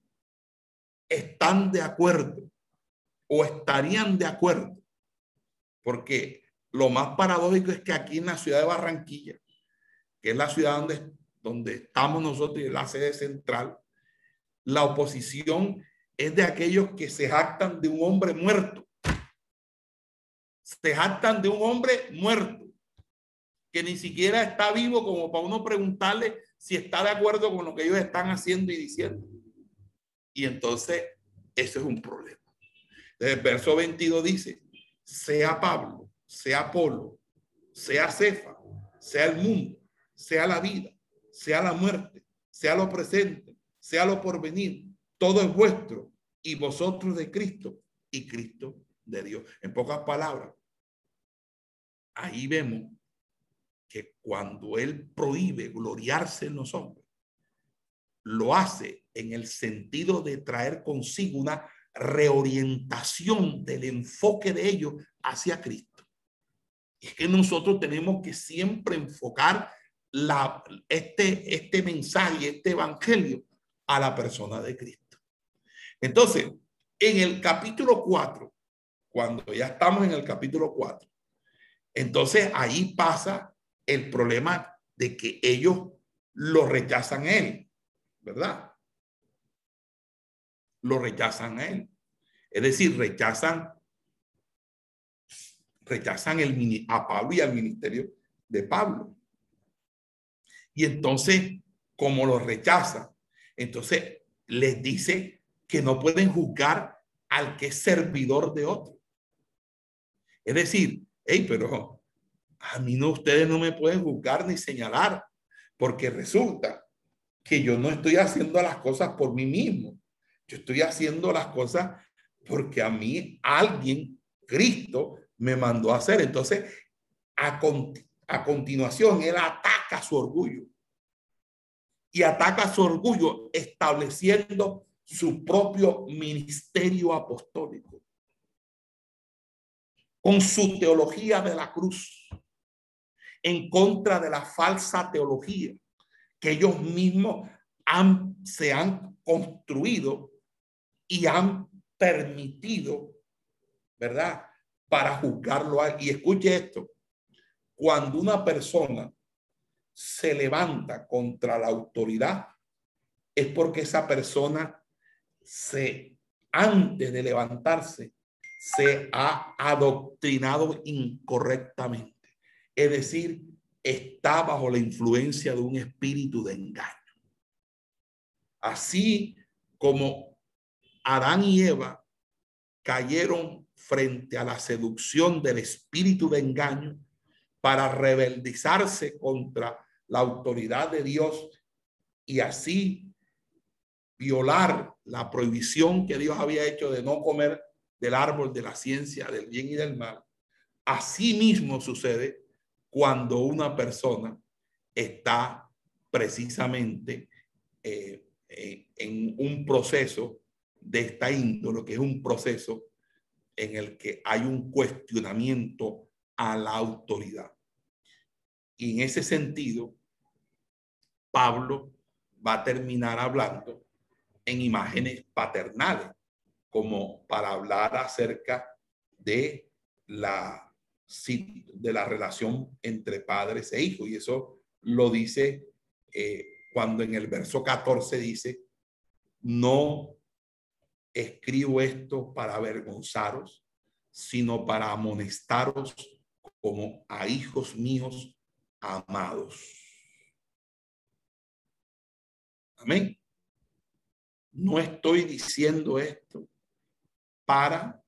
están de acuerdo o estarían de acuerdo. Porque lo más paradójico es que aquí en la ciudad de Barranquilla, que es la ciudad donde estamos nosotros y la sede central, la oposición es de aquellos que se jactan de un hombre muerto. Se jactan de un hombre muerto, que ni siquiera está vivo como para uno preguntarle si está de acuerdo con lo que ellos están haciendo y diciendo. Y entonces, eso es un problema. Desde el verso 22 dice, sea Pablo, sea Apolo, sea Cefa, sea el mundo, sea la vida, sea la muerte, sea lo presente, sea lo porvenir, todo es vuestro y vosotros de Cristo y Cristo de Dios. En pocas palabras, ahí vemos que cuando él prohíbe gloriarse en los hombres, lo hace en el sentido de traer consigo una reorientación del enfoque de ellos hacia Cristo. Es que nosotros tenemos que siempre enfocar este mensaje, este evangelio a la persona de Cristo. Entonces, en el capítulo 4, cuando ya estamos en el capítulo 4, entonces ahí pasa el problema de que ellos lo rechazan a él, ¿verdad? Lo rechazan a él. Es decir, rechazan a Pablo y al ministerio de Pablo. Y entonces, como lo rechazan, entonces les dice que no pueden juzgar al que es servidor de otro. Es decir, hey, pero a mí no, ustedes no me pueden juzgar ni señalar, porque resulta que yo no estoy haciendo las cosas por mí mismo. Yo estoy haciendo las cosas porque a mí alguien, Cristo, me mandó a hacer. Entonces, a continuación, él ataca su orgullo. Y ataca su orgullo estableciendo su propio ministerio apostólico. Con su teología de la cruz. En contra de la falsa teología que ellos mismos se han construido y han permitido, ¿verdad? Para juzgarlo. Y escuche esto, cuando una persona se levanta contra la autoridad, es porque esa persona antes de levantarse, se ha adoctrinado incorrectamente. Es decir, está bajo la influencia de un espíritu de engaño. Así como Adán y Eva cayeron frente a la seducción del espíritu de engaño, para rebeldizarse contra la autoridad de Dios y así violar la prohibición que Dios había hecho de no comer del árbol de la ciencia del bien y del mal. Así mismo sucede cuando una persona está precisamente en un proceso de esta índole, que es un proceso en el que hay un cuestionamiento a la autoridad. Y en ese sentido, Pablo va a terminar hablando en imágenes paternales, como para hablar acerca de la relación entre padres e hijos. Y eso lo dice cuando en el verso 14 dice: no escribo esto para avergonzaros, sino para amonestaros como a hijos míos amados. Amén. No estoy diciendo esto para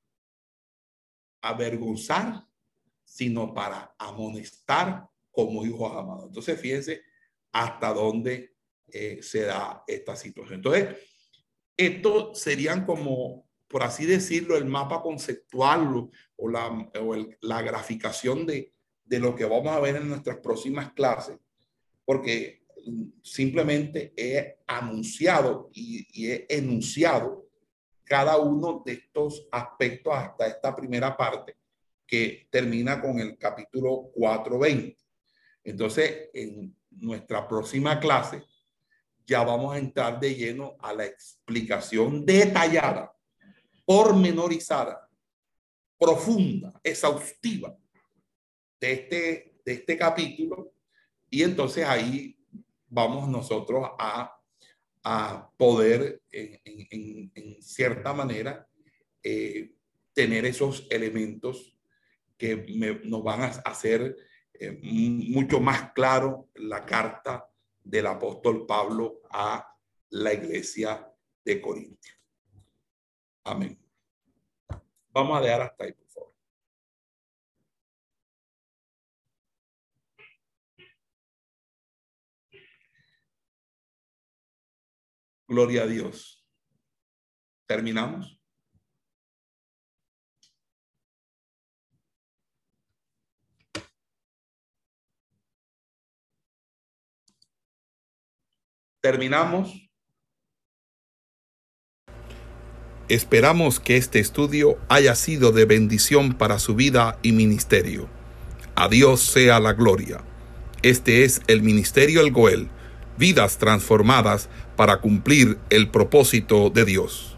avergonzar, sino para amonestar como hijos amados. Entonces, fíjense hasta dónde se da esta situación. Entonces, esto serían como, por así decirlo, el mapa conceptual o la graficación de lo que vamos a ver en nuestras próximas clases, porque simplemente he anunciado y he enunciado cada uno de estos aspectos hasta esta primera parte que termina con el capítulo 4:20. Entonces, en nuestra próxima clase ya vamos a entrar de lleno a la explicación detallada, pormenorizada, profunda, exhaustiva de este capítulo. Y entonces ahí vamos nosotros a poder, en cierta manera, tener esos elementos que nos van a hacer mucho más claro la carta del apóstol Pablo a la iglesia de Corintios. Amén. Vamos a dejar hasta ahí, por favor. Gloria a Dios. ¿Terminamos? ¿Terminamos? Esperamos que este estudio haya sido de bendición para su vida y ministerio. A Dios sea la gloria. Este es el Ministerio El Goel, vidas transformadas para cumplir el propósito de Dios.